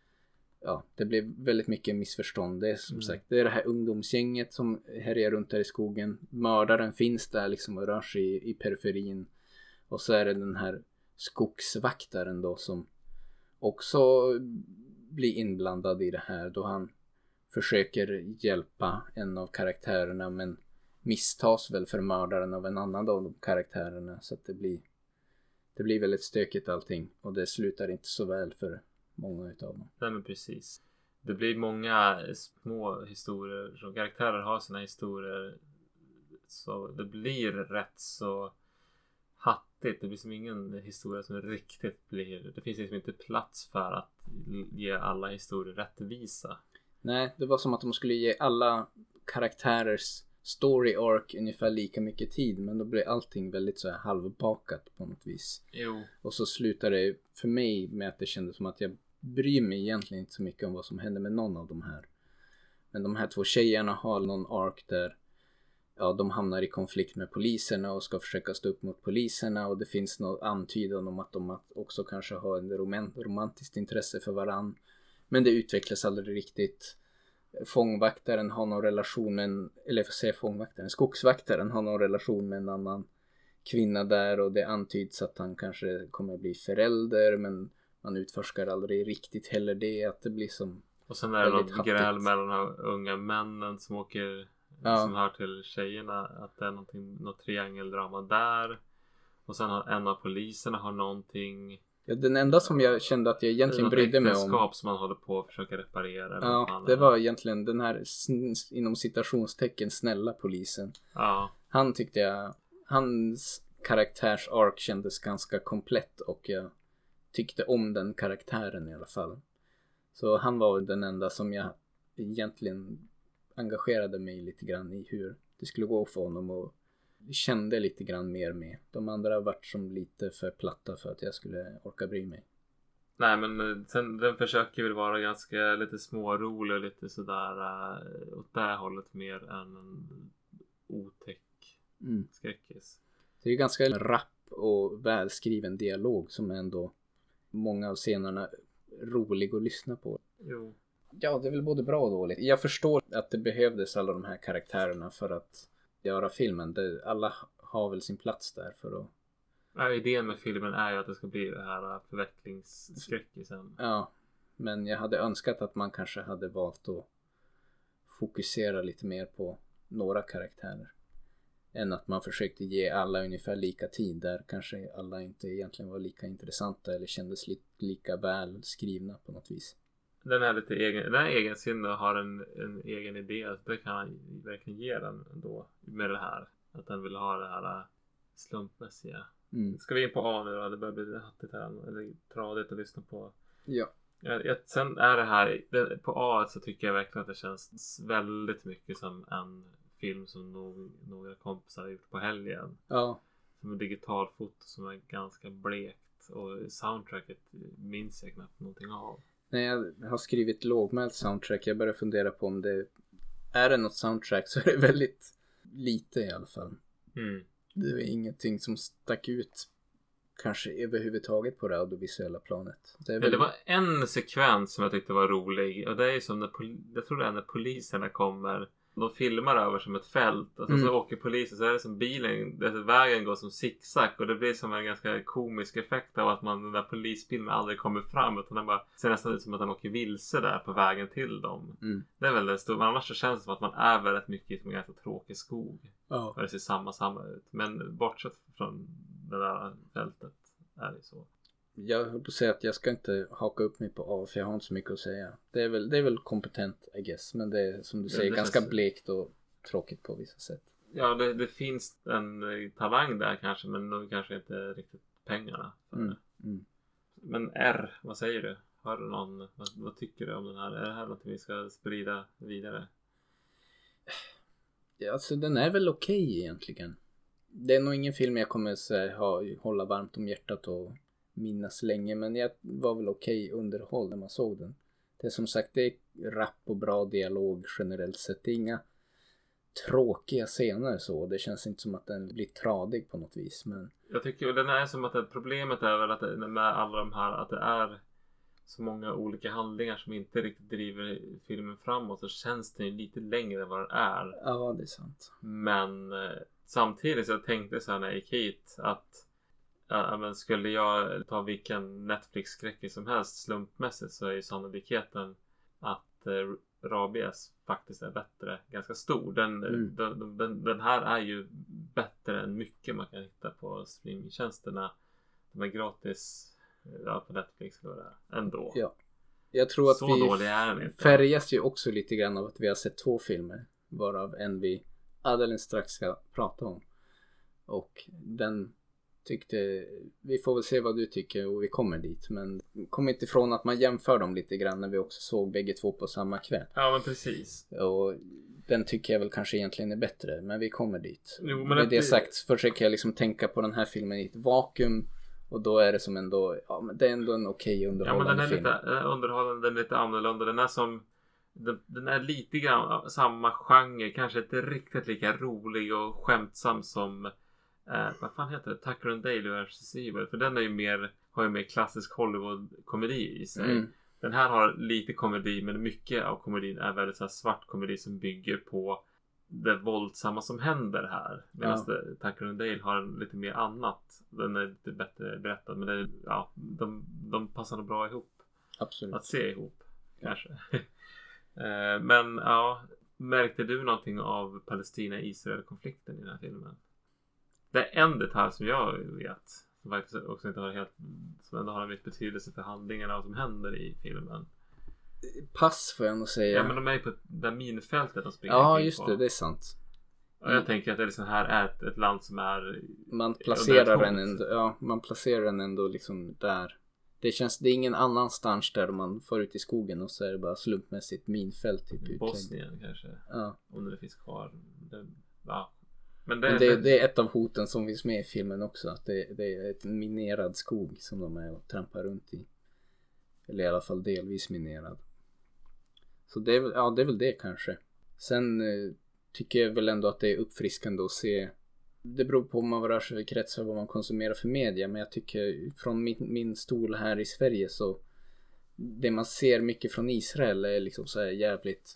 ja, det blir väldigt mycket missförstånd. Det är som mm. sagt, det är det här ungdomsgänget som härjar runt där i skogen. Mördaren finns där liksom och rör sig i, i periferin. Och så är det den här skogsvaktaren då som också blir inblandad i det här, då han försöker hjälpa en av karaktärerna men misstas väl för mördaren av en annan av de karaktärerna, så att det blir det blir väldigt stökigt allting, och det slutar inte så väl för många utav dem. Nej men precis. Det blir många små historier som karaktärer har sina historier, så det blir rätt så hattigt. Det blir som ingen historia som riktigt blir... Det finns liksom inte plats för att ge alla historier rättvisa. Nej, det var som att de skulle ge alla karaktärers story arc ungefär lika mycket tid, men då blir allting väldigt så här halvbakat på något vis. Jo. Och så slutar det för mig med att det kändes som att jag bryr mig egentligen inte så mycket om vad som händer med någon av de här. Men de här två tjejerna har någon arc där ja, de hamnar i konflikt med poliserna och ska försöka stå upp mot poliserna, och det finns något antydan om att de också kanske har en rom- romantiskt intresse för varann, men det utvecklas aldrig riktigt. Fångvaktaren har någon relation med en, eller för säga fångvaktaren, skogsvaktaren har någon relation med en annan kvinna där, och det antyds att han kanske kommer bli förälder, men man utforskar aldrig riktigt heller det, att det blir som och sen är det något gräl mellan de här unga männen som åker ja. som hör till tjejerna, att det är någonting, något triangeldrama där, och sen har en av poliserna har någonting. Ja, den enda som jag kände att jag egentligen brydde mig om, som man håller på att försöka reparera. Ja, det var egentligen den här inom citationstecken snälla polisen. Ja. Han tyckte jag, hans karaktärs arc kändes ganska komplett, och jag tyckte om den karaktären i alla fall. Så han var den enda som jag egentligen engagerade mig lite grann i hur det skulle gå för honom, och kände lite grann mer med. De andra har varit som lite för platta för att jag skulle orka bry mig. Nej, men sen, den försöker väl vara ganska lite smårolig och lite sådär uh, åt det hållet mer än en otäck mm. skräckis. Det är ju ganska rapp och välskriven dialog som är ändå många av scenerna rolig att lyssna på. Jo. Ja, det är väl både bra och dåligt. Jag förstår att det behövdes alla de här karaktärerna för att göra filmen. Det, alla har väl sin plats där för att... Ja, idén med filmen är ju att det ska bli det här förvecklingsskräckisen. Ja, men jag hade önskat att man kanske hade valt att fokusera lite mer på några karaktärer. Än att man försökte ge alla ungefär lika tid, där kanske alla inte egentligen var lika intressanta eller kändes li- lika väl skrivna på något vis. Den är lite egen, den här egensinne har en, en egen idé, det kan man verkligen ge den ändå med det här. Att den vill ha det här slumpmässiga. Mm. Ska vi in på A nu då? Det börjar bli hattigt här, eller tradigt att lyssna på. Ja. Ja, ja, sen är det här, det, på A så tycker jag verkligen att det känns väldigt mycket som en film som nog, några kompisar har gjort på helgen. Ja. Som en digitalfoto som är ganska blekt. Och soundtracket minns jag knappt någonting av. När jag har skrivit lågmält soundtrack, jag börjar fundera på om det är det något soundtrack, så är det väldigt lite i alla fall. Mm. Det är ingenting som stack ut kanske överhuvudtaget på det audiovisuella planet. Det, är väl... ja, det var en sekvens som jag tyckte var rolig. Och det är som när, pol- jag tror det är när poliserna kommer. De filmar över som ett fält. Och så, mm. så åker polisen, så är det som bilen, det är vägen går som zigzag. Och det blir som en ganska komisk effekt av att man, den där polisbilen aldrig kommer fram. Utan den bara ser nästan ut som att den åker vilse där på vägen till dem. Mm. Det är väl den stora, men annars så känns det som att man är väldigt mycket i en ganska tråkig skog. Ja. Och det ser samma samma ut. Men bortsett från det där fältet är det så. Jag höll på att säga att jag ska inte haka upp mig på A, för jag har inte så mycket att säga. Det är väl, det är väl kompetent, I guess. Men det är som du säger ja, ganska känns... blekt och tråkigt på vissa sätt. Ja, det, det finns en talang där kanske, men nog kanske inte riktigt pengarna för mm. det. Mm. Men R, vad säger du? Har du någon, vad, vad tycker du om den här? Är det här något vi ska sprida vidare? Ja, alltså den är väl okej okay, egentligen. Det är nog ingen film jag kommer att ha, hålla varmt om hjärtat och minnas länge, men jag var väl okej okay underhåll när man såg den. Det är som sagt, det är rapp och bra dialog generellt sett. Det är inga tråkiga scener så. Det känns inte som att den blir tradig på något vis, men... Jag tycker den är som att det, problemet är väl att det, med alla de här, att det är så många olika handlingar som inte riktigt driver filmen framåt, så känns den ju lite längre än vad den är. Ja, det är sant. Men eh, samtidigt så jag tänkte så här när jag gick hit att ja, men skulle jag ta vilken Netflix-skräckis som helst slumpmässigt, så är ju sannolikheten att eh, Rabies faktiskt är bättre ganska stor. Den, mm. den, den, den här är ju bättre än mycket man kan hitta på streamingtjänsterna. De är gratis ja, på Netflix eller det ändå. Ja. Jag tror att så vi dålig är den inte. Färgas ju också lite grann av att vi har sett två filmer, varav en vi alldeles strax ska prata om. Och den tyckte, vi får väl se vad du tycker och vi kommer dit, men kom inte ifrån att man jämför dem lite grann när vi också såg bägge två på samma kväll. Ja, men precis. Och den tycker jag väl kanske egentligen är bättre, men vi kommer dit. Jo, men med det, det sagt försöker jag liksom tänka på den här filmen i ett vakuum, och då är det som ändå, ja men det är ändå en okej underhållande film. Ja, men den är film. lite underhållande, den är lite annorlunda, den är som den, den är lite grann samma genre, kanske inte riktigt lika rolig och skämtsam som Eh, vad fan heter det? Tucker and Dale versus Evil. För den är ju mer, har ju mer klassisk Hollywood-komedi i sig. Mm. Den här har lite komedi, men mycket av komedin är väldigt så här svart komedi som bygger på det våldsamma som händer här. Medan ja. Tucker and Dale har en lite mer annat. Den är lite bättre berättad, men det är, ja, de, de passar nog bra ihop. Absolut. Att se ihop, kanske. eh, men ja, märkte du någonting av Palestina-Israel-konflikten i den här filmen? Det är en detalj som jag vet, som faktiskt också inte har helt, som ändå har en viss betydelse för handlingarna och som händer i filmen. Pass får jag nog säga. Ja, men de är ju på det minfältet de springer. Ja, just det, det är sant. Och jag tänker att det är liksom här är ett, ett land som är... Man placerar den ändå, ja, man placerar den ändå liksom där. Det känns, det är ingen annanstans där man får ut i skogen och så är det bara slumpmässigt minfält typ. Bosnien kanske. Ja. Om det finns kvar. Det, ja. Men, det, Men det, det är ett av hoten som finns med i filmen också. Att det, det är ett minerad skog som de är och trampar runt i. Eller i alla fall delvis minerad. Så det är, ja, det är väl det kanske. Sen eh, tycker jag väl ändå att det är uppfriskande att se. Det beror på om man rör sig i kretsar vad man konsumerar för media. Men jag tycker från min, min stol här i Sverige så det man ser mycket från Israel är liksom så här jävligt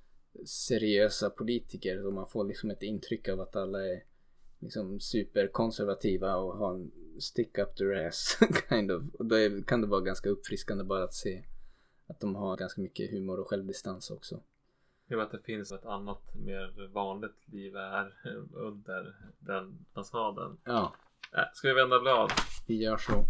seriösa politiker, och man får liksom ett intryck av att alla är liksom superkonservativa och har en stick up their ass kind of. Och då är, kan det vara ganska uppfriskande bara att se att de har ganska mycket humor och självdistans också. Det är att det finns ett annat mer vanligt liv här under den fasaden. Ja. Äh, ska vi vända blad? Vi gör så.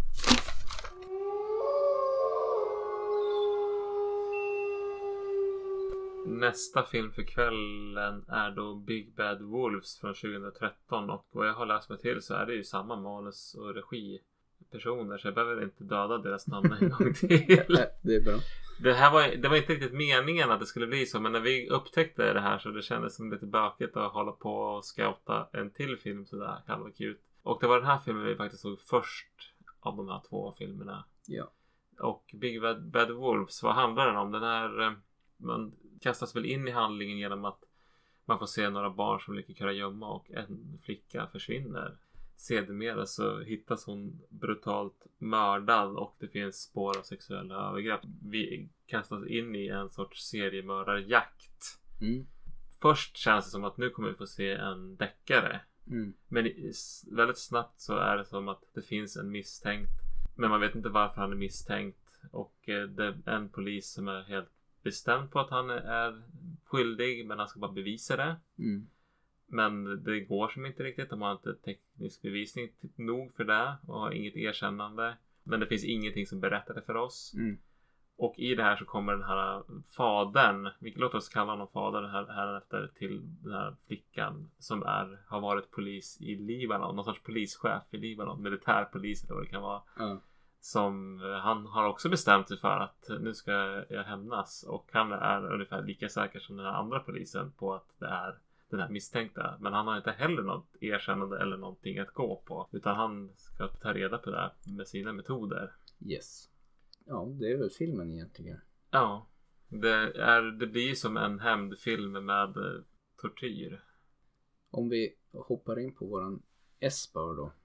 Nästa film för kvällen är då Big Bad Wolves från tjugohundratretton, och vad jag har läst mig till så är det ju samma manus och regi personer så jag behöver inte döda deras namn en gång till. Det är bra. Det här var, det var inte riktigt meningen att det skulle bli så, men när vi upptäckte det här så det kändes som lite bökigt att hålla på och scouta en till film sådär halvakut. Och det var den här filmen vi faktiskt såg först av de här två filmerna. Ja. Och Big Bad, Bad Wolves, vad handlar den om? Den här, man kastas väl in i handlingen genom att man får se några barn som lyckas köra gömma och en flicka försvinner. Sedermera så hittas hon brutalt mördad och det finns spår av sexuella övergrepp. Vi kastas in i en sorts seriemördarjakt. Mm. Först känns det som att nu kommer vi få se en deckare. Mm. Men väldigt snabbt så är det som att det finns en misstänkt. Men man vet inte varför han är misstänkt. Och det är en polis som är helt bestämd på att han är skyldig, men han ska bara bevisa det. Mm. Men det går som inte riktigt. De har inte teknisk bevisning nog för det och har inget erkännande. Men det finns ingenting som berättar det för oss. Mm. Och i det här så kommer den här fadern, vi låter oss kalla honom fadern här, här efter, till den här flickan som är, har varit polis i Libanon, någon sorts polischef i Libanon, militärpolis eller vad det kan vara. Mm. Som han har också bestämt sig för att nu ska jag hämnas, och han är ungefär lika säker som den här andra polisen på att det är den här misstänkta, men han har inte heller något erkännande eller någonting att gå på, utan han ska ta reda på det med sina metoder. Yes. Ja, det är väl filmen egentligen. Ja, det, är, det blir som en hämndfilm med eh, tortyr. Om vi hoppar in på våran S-bar då.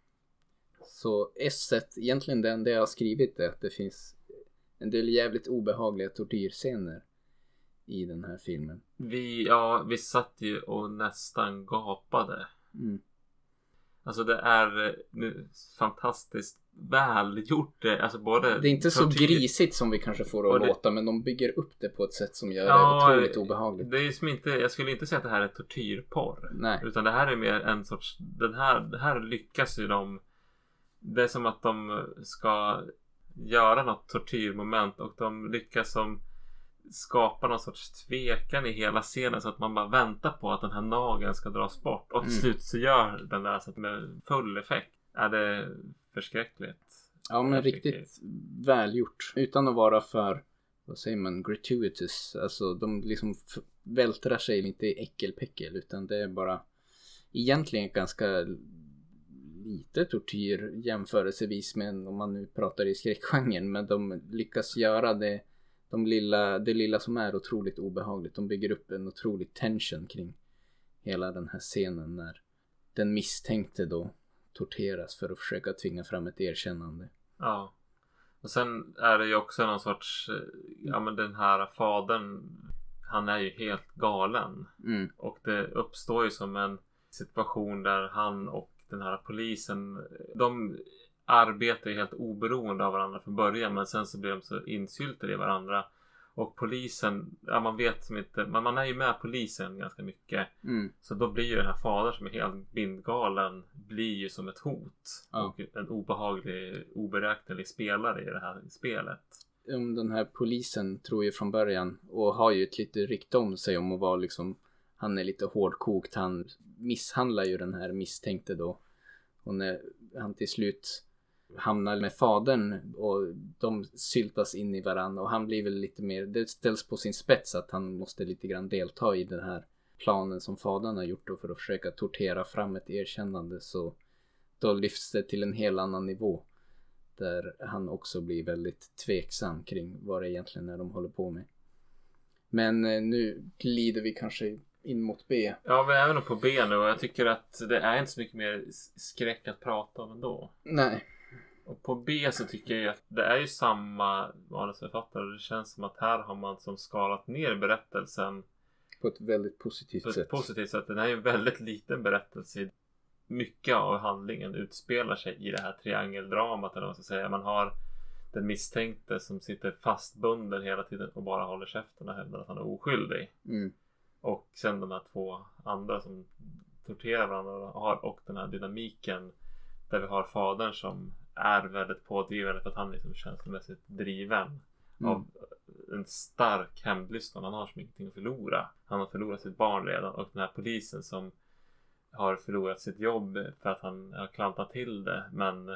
Så S-et, egentligen den det jag har skrivit är att det finns en del jävligt obehagliga tortyrscener i den här filmen. Vi, ja, vi satt ju och nästan gapade. Mm. Alltså det är nu fantastiskt välgjort. Alltså både det är inte så tortyr... grisigt som vi kanske får att det... låta, men de bygger upp det på ett sätt som gör ja, det otroligt obehagligt. Det är som inte, jag skulle inte säga att det här är tortyrporr. Nej. Utan det här är mer en sorts, den här, det här lyckas ju de, det är som att de ska göra något tortyrmoment och de lyckas som skapa någon sorts tvekan i hela scenen så att man bara väntar på att den här nageln ska dras bort och till Mm. slut så gör den där så att med full effekt. Är det förskräckligt? Ja, men riktigt välgjort. Utan att vara för, vad säger man, gratuitous. Alltså de liksom f- vältrar sig inte i äckelpäckel, utan det är bara egentligen ganska lite tortyr jämförelsevis med om man nu pratar i skräckgenren, men de lyckas göra det de lilla, det lilla som är otroligt obehagligt. De bygger upp en otrolig tension kring hela den här scenen när den misstänkte då torteras för att försöka tvinga fram ett erkännande. Ja. Och sen är det ju också någon sorts, ja men den här fadern, han är ju helt galen. Mm. Och det uppstår ju som en situation där han och den här polisen, de arbetar ju helt oberoende av varandra från början, men sen så blir de så insyltade i varandra. Och polisen, ja man vet som inte, men man är ju med polisen ganska mycket. Mm. Så då blir ju den här fadern som är helt bindgalen, blir ju som ett hot. Ja. Och en obehaglig, oberäknelig spelare i det här spelet. Den här polisen tror ju från början och har ju ett lite rykte om sig om att vara liksom, han är lite hårdkokt, han misshandlar ju den här misstänkte då. Och när han till slut hamnar med fadern och de syltas in i varandra och han blir väl lite mer, det ställs på sin spets att han måste lite grann delta i den här planen som fadern har gjort då för att försöka tortera fram ett erkännande, så då lyfts det till en helt annan nivå där han också blir väldigt tveksam kring vad det egentligen är de håller på med. Men eh, nu glider vi kanske in mot B. Ja, vi är även på B nu och jag tycker att det är inte så mycket mer skräck att prata om ändå. Nej. Och på B så tycker jag att det är ju samma manusförfattare. Det känns som att här har man som skalat ner berättelsen på ett väldigt positivt på ett sätt. positivt sätt. Den är ju en väldigt liten berättelse. Mycket av handlingen utspelar sig i det här triangeldramat, eller vad man ska säga. Man har den misstänkte som sitter fastbunden hela tiden och bara håller käften och hävdar att han är oskyldig. Mm. Och sen de här två andra som torterar varandra och, har, och den här dynamiken där vi har fadern som är väldigt pådrivande för att han liksom känslomässigt driven Mm. av en stark hämndlystnad. Han har så mycket att förlora. Han har förlorat sitt barn redan, och den här polisen som har förlorat sitt jobb för att han har klantat till det, men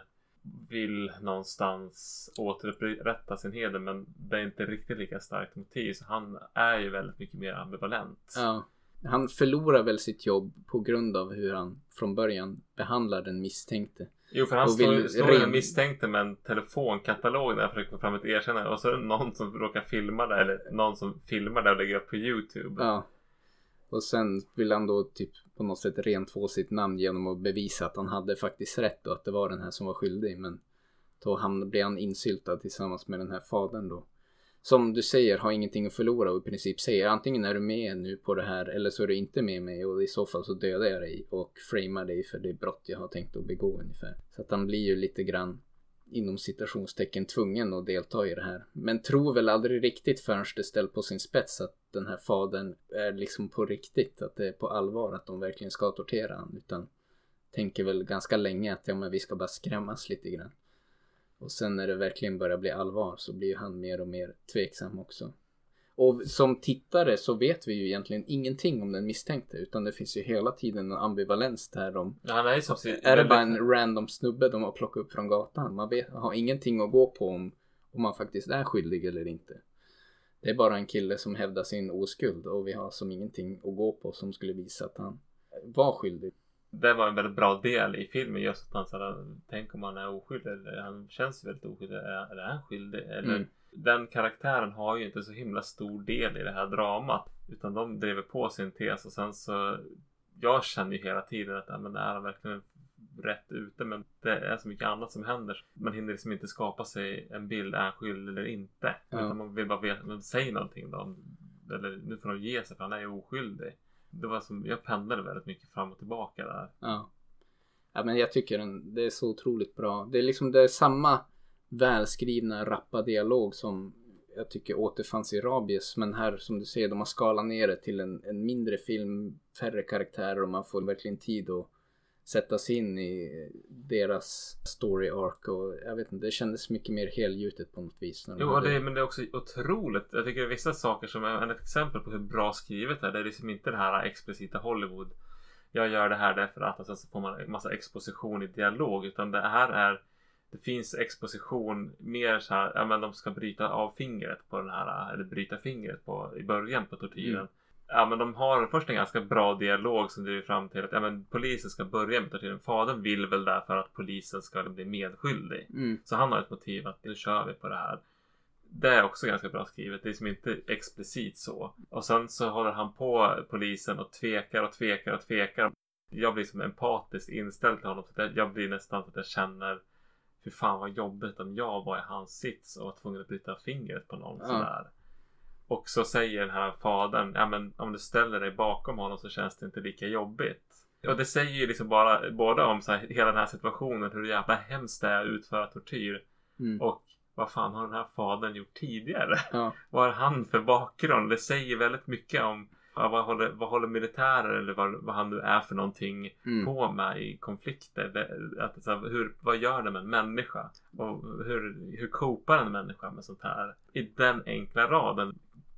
vill någonstans återupprätta sin heder, men det är inte riktigt lika starkt motiv, så han är ju väldigt mycket mer ambivalent. Ja, han förlorar väl sitt jobb på grund av hur han från början behandlar den misstänkte. Jo, för han Och står, vill står ren- den misstänkte med en telefonkatalog där han försöker få fram ett erkännande, och så är det någon som råkar filma det, eller någon som filmar det och lägger upp på YouTube. Ja. Och sen vill han då typ på något sätt rent få sitt namn genom att bevisa att han hade faktiskt rätt och att det var den här som var skyldig. Men då han, blir han insyltad tillsammans med den här fadern då. Som du säger, har ingenting att förlora och i princip säger antingen är du med nu på det här eller så är du inte med mig, och i så fall så dödar jag dig och framar dig för det brott jag har tänkt att begå ungefär. Så att han blir ju lite grann inom citationstecken tvungen att delta i det här. Men tror väl aldrig riktigt förrän det ställs på sin spets att den här fadern är liksom på riktigt, att det är på allvar att de verkligen ska tortera han, utan tänker väl ganska länge att ja, men vi ska bara skrämmas lite grann. Och sen när det verkligen börjar bli allvar så blir han mer och mer tveksam också. Och som tittare så vet vi ju egentligen ingenting om den misstänkte, utan det finns ju hela tiden en ambivalens där om Ja, han är, som är det bara en random snubbe de har plockat upp från gatan. Man vet, har ingenting att gå på om, om man faktiskt är skyldig eller inte. Det är bara en kille som hävdar sin oskuld och vi har som ingenting att gå på som skulle visa att han var skyldig. Det var en väldigt bra del i filmen, just att han såhär, tänk om han är oskyldig, eller han känns väldigt oskyldig, eller är han skyldig, eller Mm. den karaktären har ju inte så himla stor del i det här dramat, utan de driver på sin tes, och sen så jag känner ju hela tiden att ja, men är han verkligen rätt ute, men det är så mycket annat som händer, man hinner liksom inte skapa sig en bild, är han skyldig eller inte, Ja. utan man vill bara veta, men säg någonting då, eller nu får de ge sig för han är ju oskyldig. Det var som, jag pendlade väldigt mycket fram och tillbaka där. Ja. Ja, men jag tycker den, det är så otroligt bra. Det är liksom det är samma välskrivna rappa dialog som jag tycker återfanns i Rabies, men här som du säger, de har skalat ner det till en, en mindre film, färre karaktärer och man får verkligen tid att sätta sig in i deras story arc, och jag vet inte, det kändes mycket mer helgjutet på något vis. När de Jo, hade... det, men det är också otroligt. Jag tycker det är vissa saker som är ett exempel på hur bra skrivet det är. Det är liksom inte det här explicita Hollywood. Jag gör det här därför att, och sen så får man en massa exposition i dialog, utan det här är, det finns exposition mer så här, ja men de ska bryta av fingret på den här, eller bryta fingret på, i början på tortyren. Mm. Ja, men de har först en ganska bra dialog som driver fram till att ja, men polisen ska börja med tortyren. Fadern vill väl därför att polisen ska bli medskyldig. Mm. Så han har ett motiv att nu kör vi på det här. Det är också ganska bra skrivet. Det är som inte explicit så. Och sen så håller han på polisen och tvekar och tvekar och tvekar. Jag blir som empatiskt inställd till honom. Så jag blir nästan att jag känner hur fan vad jobbigt om jag var i hans sits och var tvungen att bryta fingret på någon. Ja. Sådär. Och så säger den här fadern, ja men om du ställer dig bakom honom så känns det inte lika jobbigt. Och det säger ju liksom bara, både om så här, hela den här situationen, hur jävla hemskt det är att utföra tortyr. Mm. Och vad fan har den här fadern gjort tidigare? Ja. Vad har han för bakgrund? Det säger väldigt mycket om ja, vad, håller, vad håller militärer eller vad, vad han nu är för någonting mm. på med i konflikter. Det, att, så här, hur, vad gör det med en människa? Och hur, hur kopar en människa med sånt här? I den enkla raden.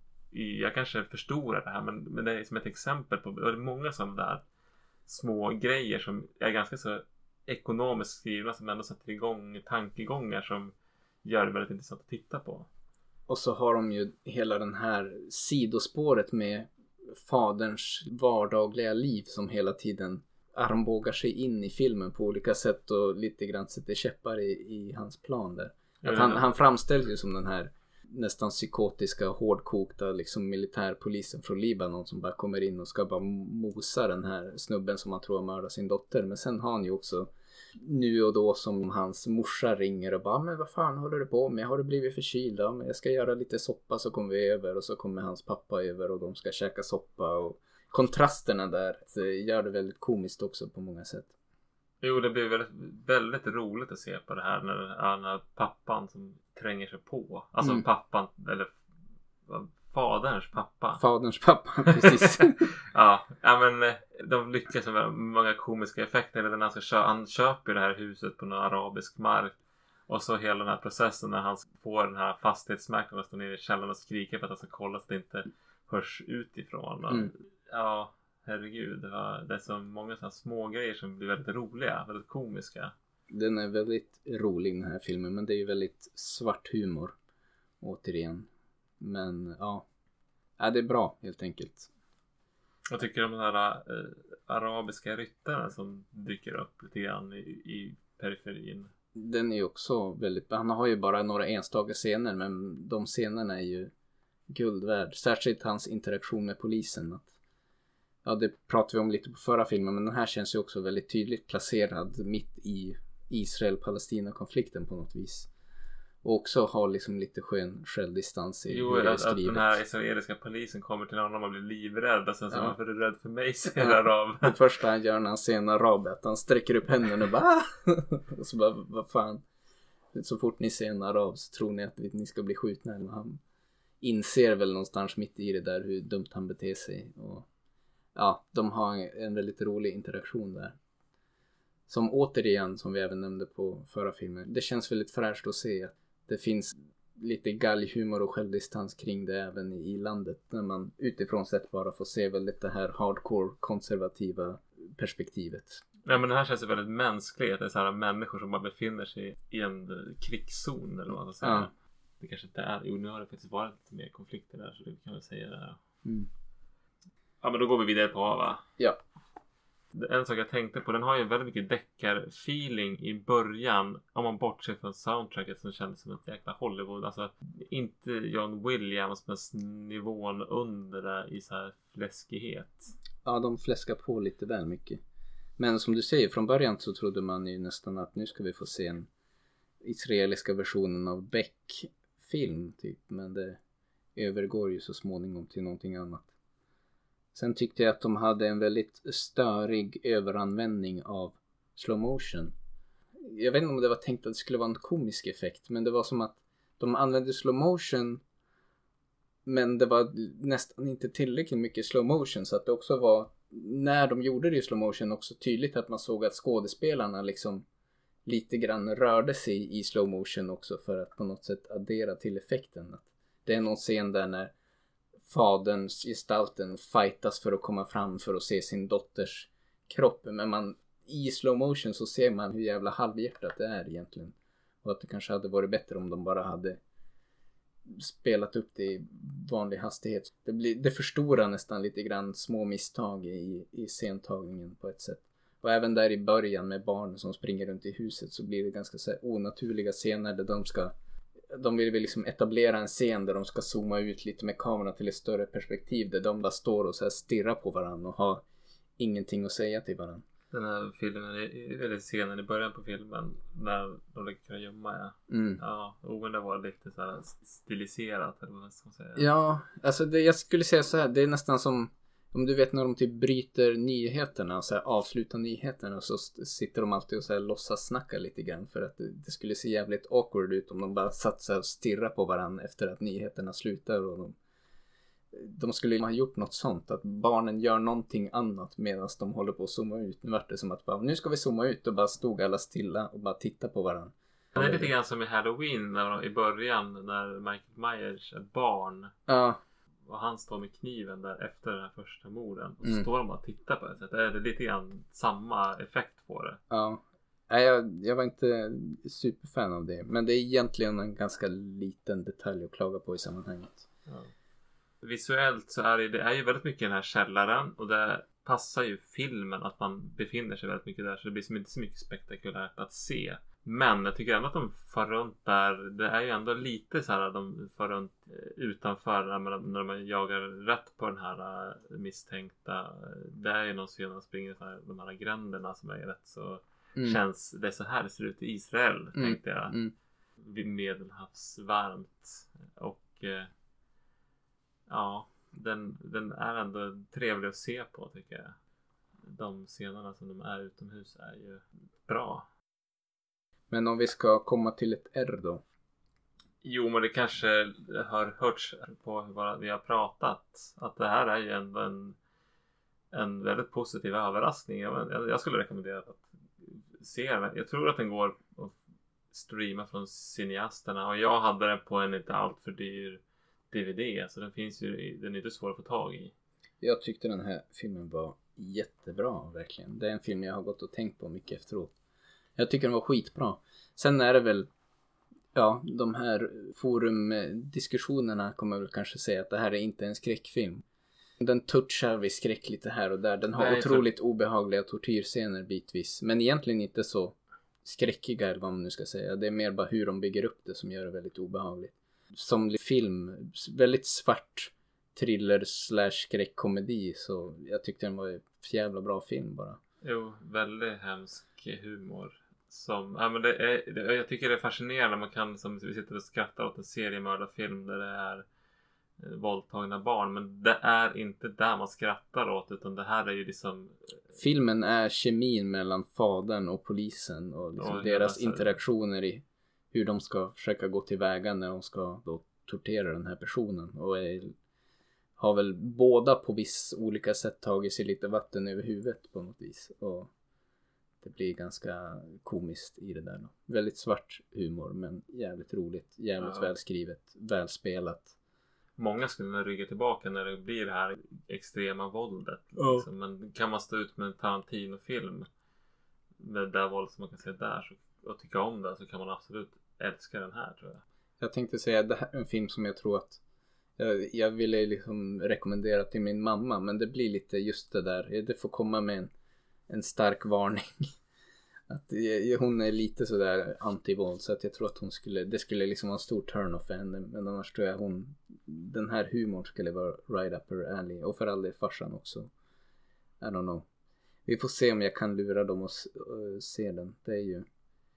I, jag kanske förstorar det här, men, men det är som ett exempel på, och det är många sådana där små grejer som är ganska så ekonomiskt skrivna, som ändå sätter igång tankegångar som gör det väldigt intressant att titta på. Och så har de ju hela den här sidospåret med faderns vardagliga liv som hela tiden armbågar sig in i filmen på olika sätt och lite grann sätter käppar i, i hans plan där. Att han, han framställs ju som den här nästan psykotiska, hårdkokta liksom militärpolisen från Libanon som bara kommer in och ska bara mosa den här snubben som man tror mördar sin dotter. Men sen har han ju också nu och då som hans morsa ringer och bara, men vad fan håller du på med? Har du blivit förkyld? Ja, men jag ska göra lite soppa så kommer vi över, och så kommer hans pappa över och de ska käka soppa, och kontrasterna där gör det väldigt komiskt också på många sätt. Jo, det blir väldigt, väldigt roligt att se på det här när, när pappan som tränger sig på. Alltså mm. pappan, eller faderns pappa. Faderns pappa, precis. ja, ja, men de lyckas med många komiska effekter. Eller när han, ska kö- han köper det här huset på någon arabisk mark. Och så hela den här processen när han får den här fastighetsmäklaren att stå nere i källaren och skrika för att han ska kolla så att det inte hörs utifrån. Mm. Ja, herregud. Det, var, det är så många sådana små grejer som blir väldigt roliga, väldigt komiska. Den är väldigt rolig den här filmen, men det är ju väldigt svart humor återigen. Men ja, ja det är bra helt enkelt. Jag tycker om de här äh, arabiska ryttarna som dyker upp lite grann i, i periferin. Den är ju också väldigt, han har ju bara några enstaka scener, men de scenerna är ju guld värd. Särskilt hans interaktion med polisen. Att, ja, det pratade vi om lite på förra filmen, men den här känns ju också väldigt tydligt placerad mitt i Israel-Palestina-konflikten på något vis. Och också har liksom lite skön självdistans i jo, hur det är att, skrivet. att den här israeliska polisen kommer till honom och blir livrädd. Och sen så, Ja. varför är du rädd för mig, säger Arab. Det första han gör när han ser en arab är att han sträcker upp händerna och bara och så bara, vad fan. Så fort ni ser en arab så tror ni att ni ska bli skjutna. Eller han inser väl någonstans mitt i det där hur dumt han beter sig. Och ja, de har en väldigt rolig interaktion där. Som återigen, som vi även nämnde på förra filmen, det känns väldigt fräscht att se att det finns lite galghumor och självdistans kring det även i landet, när man utifrån sett bara får se väldigt det här hardcore konservativa perspektivet. Ja, men det här känns ju väldigt mänskligt. Det är så här människor som bara befinner sig i en krigszon eller vad man säger. Ja. Det kanske inte är, jo nu har det faktiskt varit lite mer konflikter där, så det kan jag säga det här. Mm. Ja, men då går vi vidare på va? Ja. En sak jag tänkte på, den har ju väldigt mycket deckar-feeling i början. Om man bortser från soundtracket som kändes som ett jäkla Hollywood. Alltså inte John Williams, men nivån under det i så här fläskighet. Ja, de fläskar på lite väl mycket. Men som du säger, från början så trodde man ju nästan att nu ska vi få se en israeliska versionen av Beck-film typ. Men det övergår ju så småningom till någonting annat. Sen tyckte jag att de hade en väldigt störig överanvändning av slow motion. Jag vet inte om det var tänkt att det skulle vara en komisk effekt, men det var som att de använde slow motion, men det var nästan inte tillräckligt mycket slow motion, så att det också var, när de gjorde det i slow motion, också tydligt att man såg att skådespelarna liksom lite grann rörde sig i slow motion också för att på något sätt addera till effekten. Det är någon scen där när faderns gestalten fightas för att komma fram för att se sin dotters kropp, men man i slow motion så ser man hur jävla halvhjärtat det är egentligen, och att det kanske hade varit bättre om de bara hade spelat upp det i vanlig hastighet. Det, blir, det förstorar nästan lite grann små misstag i, i scentagningen på ett sätt. Och även där i början med barn som springer runt i huset så blir det ganska så här onaturliga scener där de ska de vill liksom etablera en scen där de ska zooma ut lite med kameran till ett större perspektiv, där de bara står och så här stirrar på varandra och har ingenting att säga till varandra. Den här filmen, eller scenen i början på filmen när de kan gömma, ja. Mm. Ja, och det var lite så här stiliserat eller vad ska man säga. Ja, alltså det, jag skulle säga så här, det är nästan som om du vet när de typ bryter nyheterna och så här avslutar nyheterna, så sitter de alltid och så här låtsas snacka lite grann, för att det, det skulle se jävligt awkward ut om de bara satt så här och stirrar på varandra efter att nyheterna slutar, och de, de skulle ha gjort något sånt, att barnen gör någonting annat medan de håller på att zooma ut. Nu var det som att bara, nu ska vi zooma ut, och bara stod alla stilla och bara titta på varandra. Det är lite grann som i Halloween när de, i början när Michael Myers är barn. Ja. Och han står med kniven där efter den här första morden. Och så Mm. står de bara och tittar på det. Så det är lite grann samma effekt på det. Ja. Nej, jag, jag var inte superfan av det. Men det är egentligen en ganska liten detalj att klaga på i sammanhanget. Ja. Visuellt så är det, det är ju väldigt mycket den här källaren. Och det passar ju filmen att man befinner sig väldigt mycket där. Så det blir som inte så mycket spektakulärt att se. Men jag tycker ändå att de far runt där. Det är ju ändå lite så här. De far runt utanför när, när de jagar rätt på den här misstänkta. Det är ju någon scen de springer så här, de här gränderna som är rätt så mm. känns. Det är så här det ser ut i Israel, mm. tänkte jag. Mm. Medelhavsvarmt. Och eh, ja, den, den är ändå trevlig att se på, tycker jag. De scenerna som de är utomhus är ju bra. Men om vi ska komma till ett R då? Jo, men det kanske har hörts på vad vi har pratat. Att det här är ju ändå en, en väldigt positiv överraskning. Jag, jag skulle rekommendera att se den. Jag tror att den går att streama från cineasterna. Och jag hade den på en inte allt för dyr D V D. Så den finns ju, den är inte svår att få tag i. Jag tyckte den här filmen var jättebra, verkligen. Det är en film jag har gått och tänkt på mycket efteråt. Jag tycker den var skitbra. Sen är det väl, ja, de här forumdiskussionerna kommer väl kanske säga att det här är inte en skräckfilm. Den touchar vid skräck lite här och där. Den har Nej, otroligt för... obehagliga tortyrscener bitvis. Men egentligen inte så skräckiga eller vad man nu ska säga. Det är mer bara hur de bygger upp det som gör det väldigt obehagligt. Som film, väldigt svart thriller slash skräckkomedi. Så jag tyckte den var en jävla bra film bara. Jo, väldigt hemsk humor. Som, ja, men det är, det, jag tycker det är fascinerande. Man kan, som vi sitter och skrattar åt en seriemördarfilm där det är våldtagna barn, men det är inte där man skrattar åt, utan det här är ju liksom filmen är kemin mellan fadern och polisen och liksom deras interaktioner i hur de ska försöka gå tillväga när de ska då tortera den här personen och är, har väl båda på viss olika sätt tagit sig lite vatten över huvudet på något vis och det blir ganska komiskt i det där då. Väldigt svart humor men jävligt roligt, jävligt ja. välskrivet, välspelat. Många skulle nog rygga tillbaka när det blir det här extrema våldet. Liksom. Oh. Men kan man stå ut med en Tarantino-film med det våld som man kan se där så, och tycka om det, så kan man absolut älska den här, tror jag. Jag tänkte säga att det här är en film som jag tror att jag, jag ville liksom rekommendera till min mamma, men det blir lite just det där. Det får komma med en, en stark varning. Att hon är lite sådär antivåld, så att jag tror att hon skulle, det skulle liksom vara en stor turn-off för henne, men annars tror jag hon, den här humorn skulle vara right up her alley, och för all del farsan också. I don't know. Vi får se om jag kan lura dem och se den. Det är ju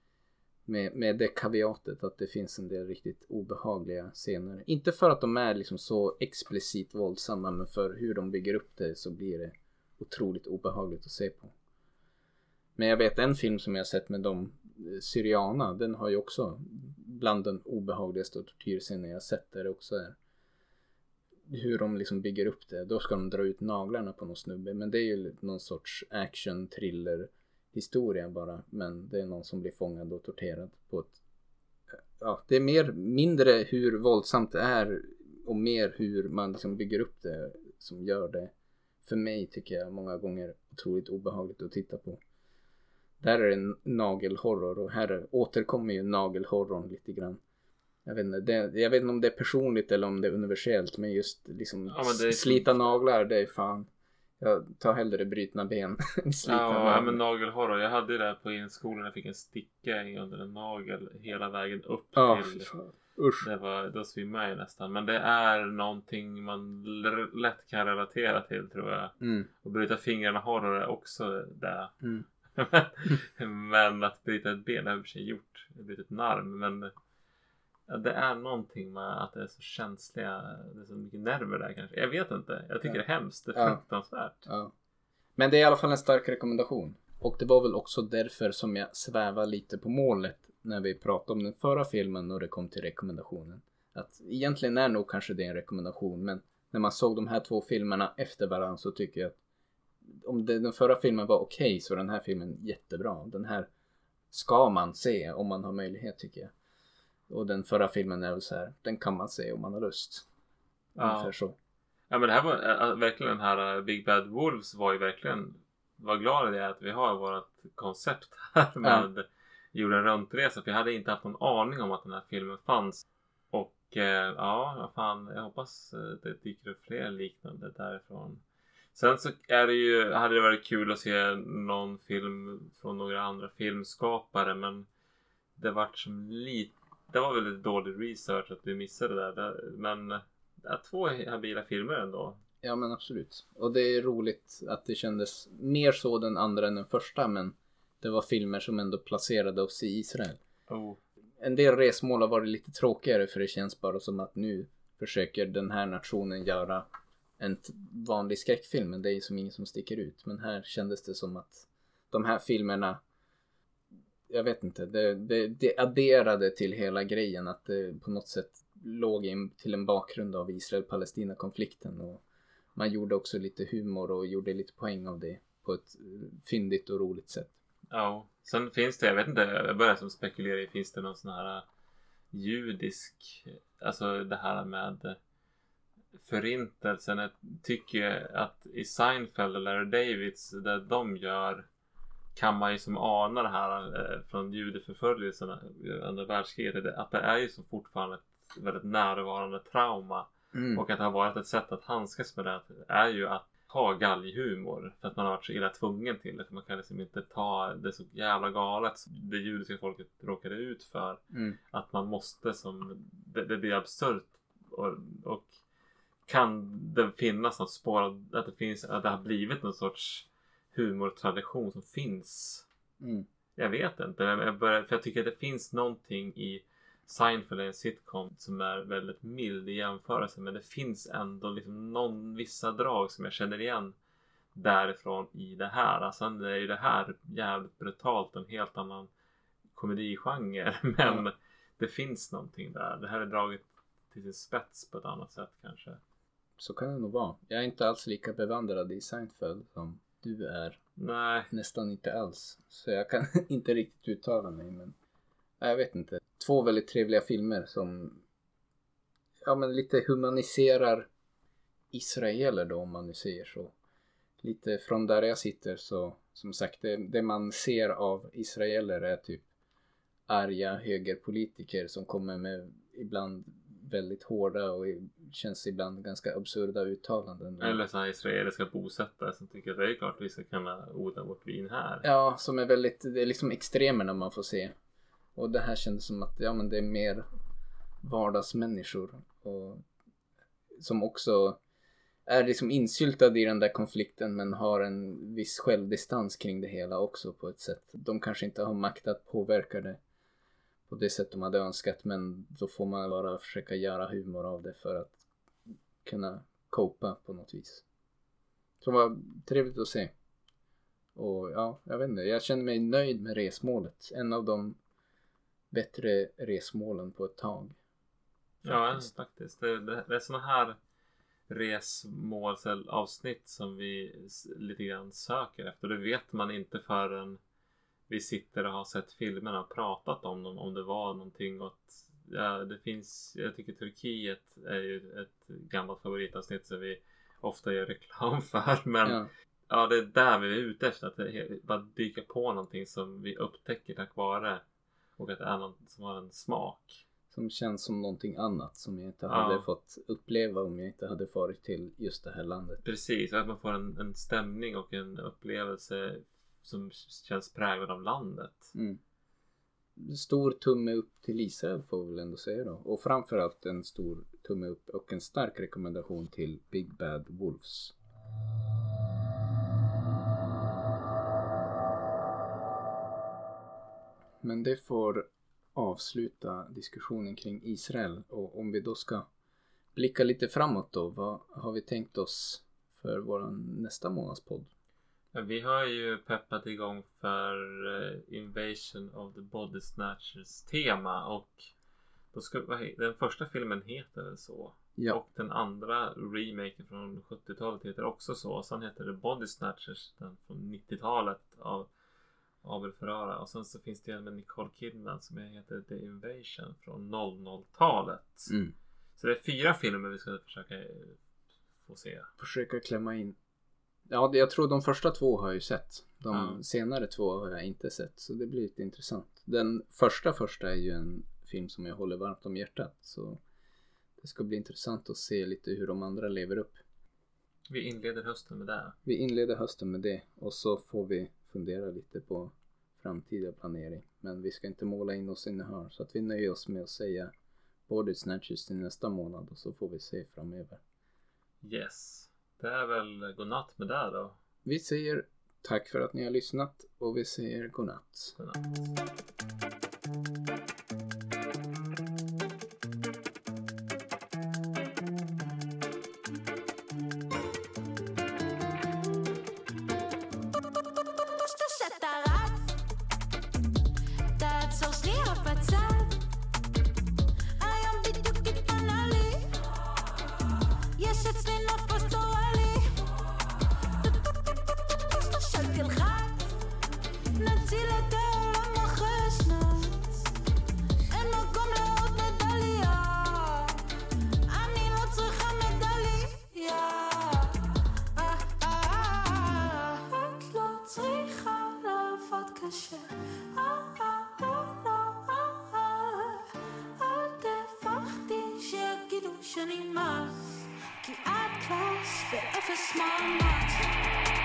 med, med det kaviatet att det finns en del riktigt obehagliga scener. Inte för att de är liksom så explicit våldsamma, men för hur de bygger upp det så blir det otroligt obehagligt att se på. Men jag vet en film som jag sett med de Syriana, den har ju också bland den obehagligaste tortyrscener jag sett, där det också är hur de liksom bygger upp det. Då ska de dra ut naglarna på någon snubbe, men det är ju någon sorts action thriller historia bara, men det är någon som blir fångad och torterad på ett, ja, det är mer, mindre hur våldsamt det är och mer hur man liksom bygger upp det som gör det, för mig tycker jag många gånger otroligt obehagligt att titta på. Där är det en nagelhorror, och här återkommer ju nagelhorrorn lite grann. Jag vet inte, det, jag vet inte om det är personligt eller om det är universellt, men just liksom ja, men det är slita naglar, det är fan. Jag tar hellre brytna ben. slita ja, ja, men nagelhorror. Jag hade ju det på inskolan, jag fick en sticka under en nagel hela vägen upp ja, till. Usch. Det var, då svimmade jag nästan. Men det är någonting man l- lätt kan relatera till, tror jag. Mm. Och bryta fingrarna horror är också det. Mm. Men att bryta ett ben har jag för sig gjort. Jag har brutit ett narm. Men ja, det är någonting med att det är så känsliga, det är så mycket nerver där kanske. Jag vet inte. Jag tycker ja. det är hemskt. Det är ja. fruktansvärt. Ja. Men det är i alla fall en stark rekommendation. Och det var väl också därför som jag svävar lite på målet när vi pratade om den förra filmen och det kom till rekommendationen. Att egentligen är nog kanske det en rekommendation, men när man såg de här två filmerna efter varandra så tycker jag att om det, den förra filmen var okej okay, så den här filmen jättebra. Den här ska man se om man har möjlighet, tycker jag. Och den förra filmen är väl så här, den kan man se om man har lust. Ja. Så. Ja, men det här var äh, verkligen den här Big Bad Wolves var ju verkligen, var glad i det att vi har vårt koncept här med ja. jorden runtresa, för jag hade inte haft någon aning om att den här filmen fanns. Och eh, ja, fan, jag hoppas det dyker upp fler liknande därifrån. Sen så är det ju, hade det varit kul att se någon film från några andra filmskapare, men det var som lite, det var väldigt dålig research att vi missade det där, men det är två habila filmer ändå. Ja, men absolut. Och det är roligt att det kändes mer så den andra än den första, men det var filmer som ändå placerade oss i Israel. Oh. En del resmål har varit lite tråkigare, för det känns bara som att nu försöker den här nationen göra en t- vanlig skräckfilm, men det är som ingen som sticker ut. Men här kändes det som att de här filmerna, jag vet inte, det, det, det adderade till hela grejen, att det på något sätt låg in till en bakgrund av Israel-Palestina-konflikten, och man gjorde också lite humor och gjorde lite poäng av det på ett fyndigt och roligt sätt. Ja, sen finns det, jag vet inte, jag börjar som spekulera i, finns det någon sån här judisk, alltså det här med förintelsen. Jag tycker att i Seinfeld eller Larry Davids, där de gör kan man ju som ana det här eh, från judeförföljelserna under världskriget, att det är ju som fortfarande ett väldigt närvarande trauma. Mm. Och att det har varit ett sätt att handskas med det är ju att ha galghumor, för att man har varit så illa tvungen till det. För man kan liksom inte ta det så jävla galet det judiska folket råkade ut för. Mm. Att man måste som, det, det blir absurt. Och, och kan det finnas något spår av, att det finns, att det har blivit någon sorts humortradition som finns. Mm. Jag vet inte. Jag börjar, för jag tycker att det finns någonting i Seinfeld, en sitcom som är väldigt mild i jämförelse, men det finns ändå liksom någon, vissa drag som jag känner igen därifrån i det här. Alltså det är ju det här jävligt brutalt, en helt annan komedigenre, men mm. det finns någonting där. Det här är draget till sin spets på ett annat sätt kanske. Så kan det nog vara. Jag är inte alls lika bevandrad i Seinfeld som du är. Nej. Nästan inte alls. Så jag kan inte riktigt uttala mig, men jag vet inte. Två väldigt trevliga filmer som ja, men lite humaniserar israeler då, om man nu säger så. Lite från där jag sitter, så som sagt, det, det man ser av israeler är typ arga högerpolitiker som kommer med ibland väldigt hårda och känns ibland ganska absurda uttalanden. Eller så här israeliska bosättare som tycker att det är klart att vi ska kunna odla vårt vin här. Ja, som är väldigt, det är liksom extremerna man får se. Och det här kändes som att ja, men det är mer vardagsmänniskor och som också är liksom insyltade i den där konflikten, men har en viss självdistans kring det hela också på ett sätt. De kanske inte har makt att påverka det på det sätt de hade önskat, men då får man bara försöka göra humor av det för att kunna copa på något vis. Så det var trevligt att se. Och ja, jag vet inte, jag känner mig nöjd med resmålet. En av de bättre resmålen på ett tag. Faktiskt. Ja, faktiskt. Det, det, det är såna här resmålsavsnitt som vi lite grann söker efter. Det vet man inte förrän vi sitter och har sett filmerna och pratat om dem, om det var någonting åt, ja, det finns, jag tycker Turkiet är ju ett gammalt favoritavsnitt som vi ofta gör reklam för, men ja, ja det är där vi är ute efter, att det, bara dyka på någonting som vi upptäcker tack vare, och att det är något som har en smak. Som känns som någonting annat som jag inte hade ja. fått uppleva om jag inte hade farit till just det här landet. Precis, att man får en, en stämning och en upplevelse som känns präglad av landet. Mm. Stor tumme upp till Israel får vi väl ändå säga då. Och framförallt en stor tumme upp och en stark rekommendation till Big Bad Wolves. Men det får avsluta diskussionen kring Israel. Och om vi då ska blicka lite framåt då, vad har vi tänkt oss för vår nästa månadspodd? Ja, vi har ju peppat igång för uh, Invasion of the Body Snatchers tema, och då ska, den första filmen heter väl så. Ja. Och den andra remaken från sjuttiotalet heter också så. Och sen heter det Body Snatchers, den från nittiotalet av Abel Ferrara. Och sen så finns det en med Nicole Kidman som heter The Invasion från noll noll-talet. Mm. Så det är fyra filmer vi ska försöka få se. Försöka klämma in. Ja, jag tror de första två har jag ju sett. De mm. senare två har jag inte sett. Så det blir lite intressant. Den första första är ju en film som jag håller varmt om hjärtat. Så det ska bli intressant att se lite hur de andra lever upp. Vi inleder hösten med det. Vi inleder hösten med det. Och så får vi fundera lite på framtida planering. Men vi ska inte måla in oss i en hörn. Så att vi nöjer oss med att säga Body Snatchers till nästa månad. Och så får vi se framöver. Yes. Det är väl godnatt med det då. Vi säger tack för att ni har lyssnat. Och vi säger godnatt. Godnatt. נציל את העולם אחרי שניים skjønner jeg mas. Ikke er plass, bare for små mat.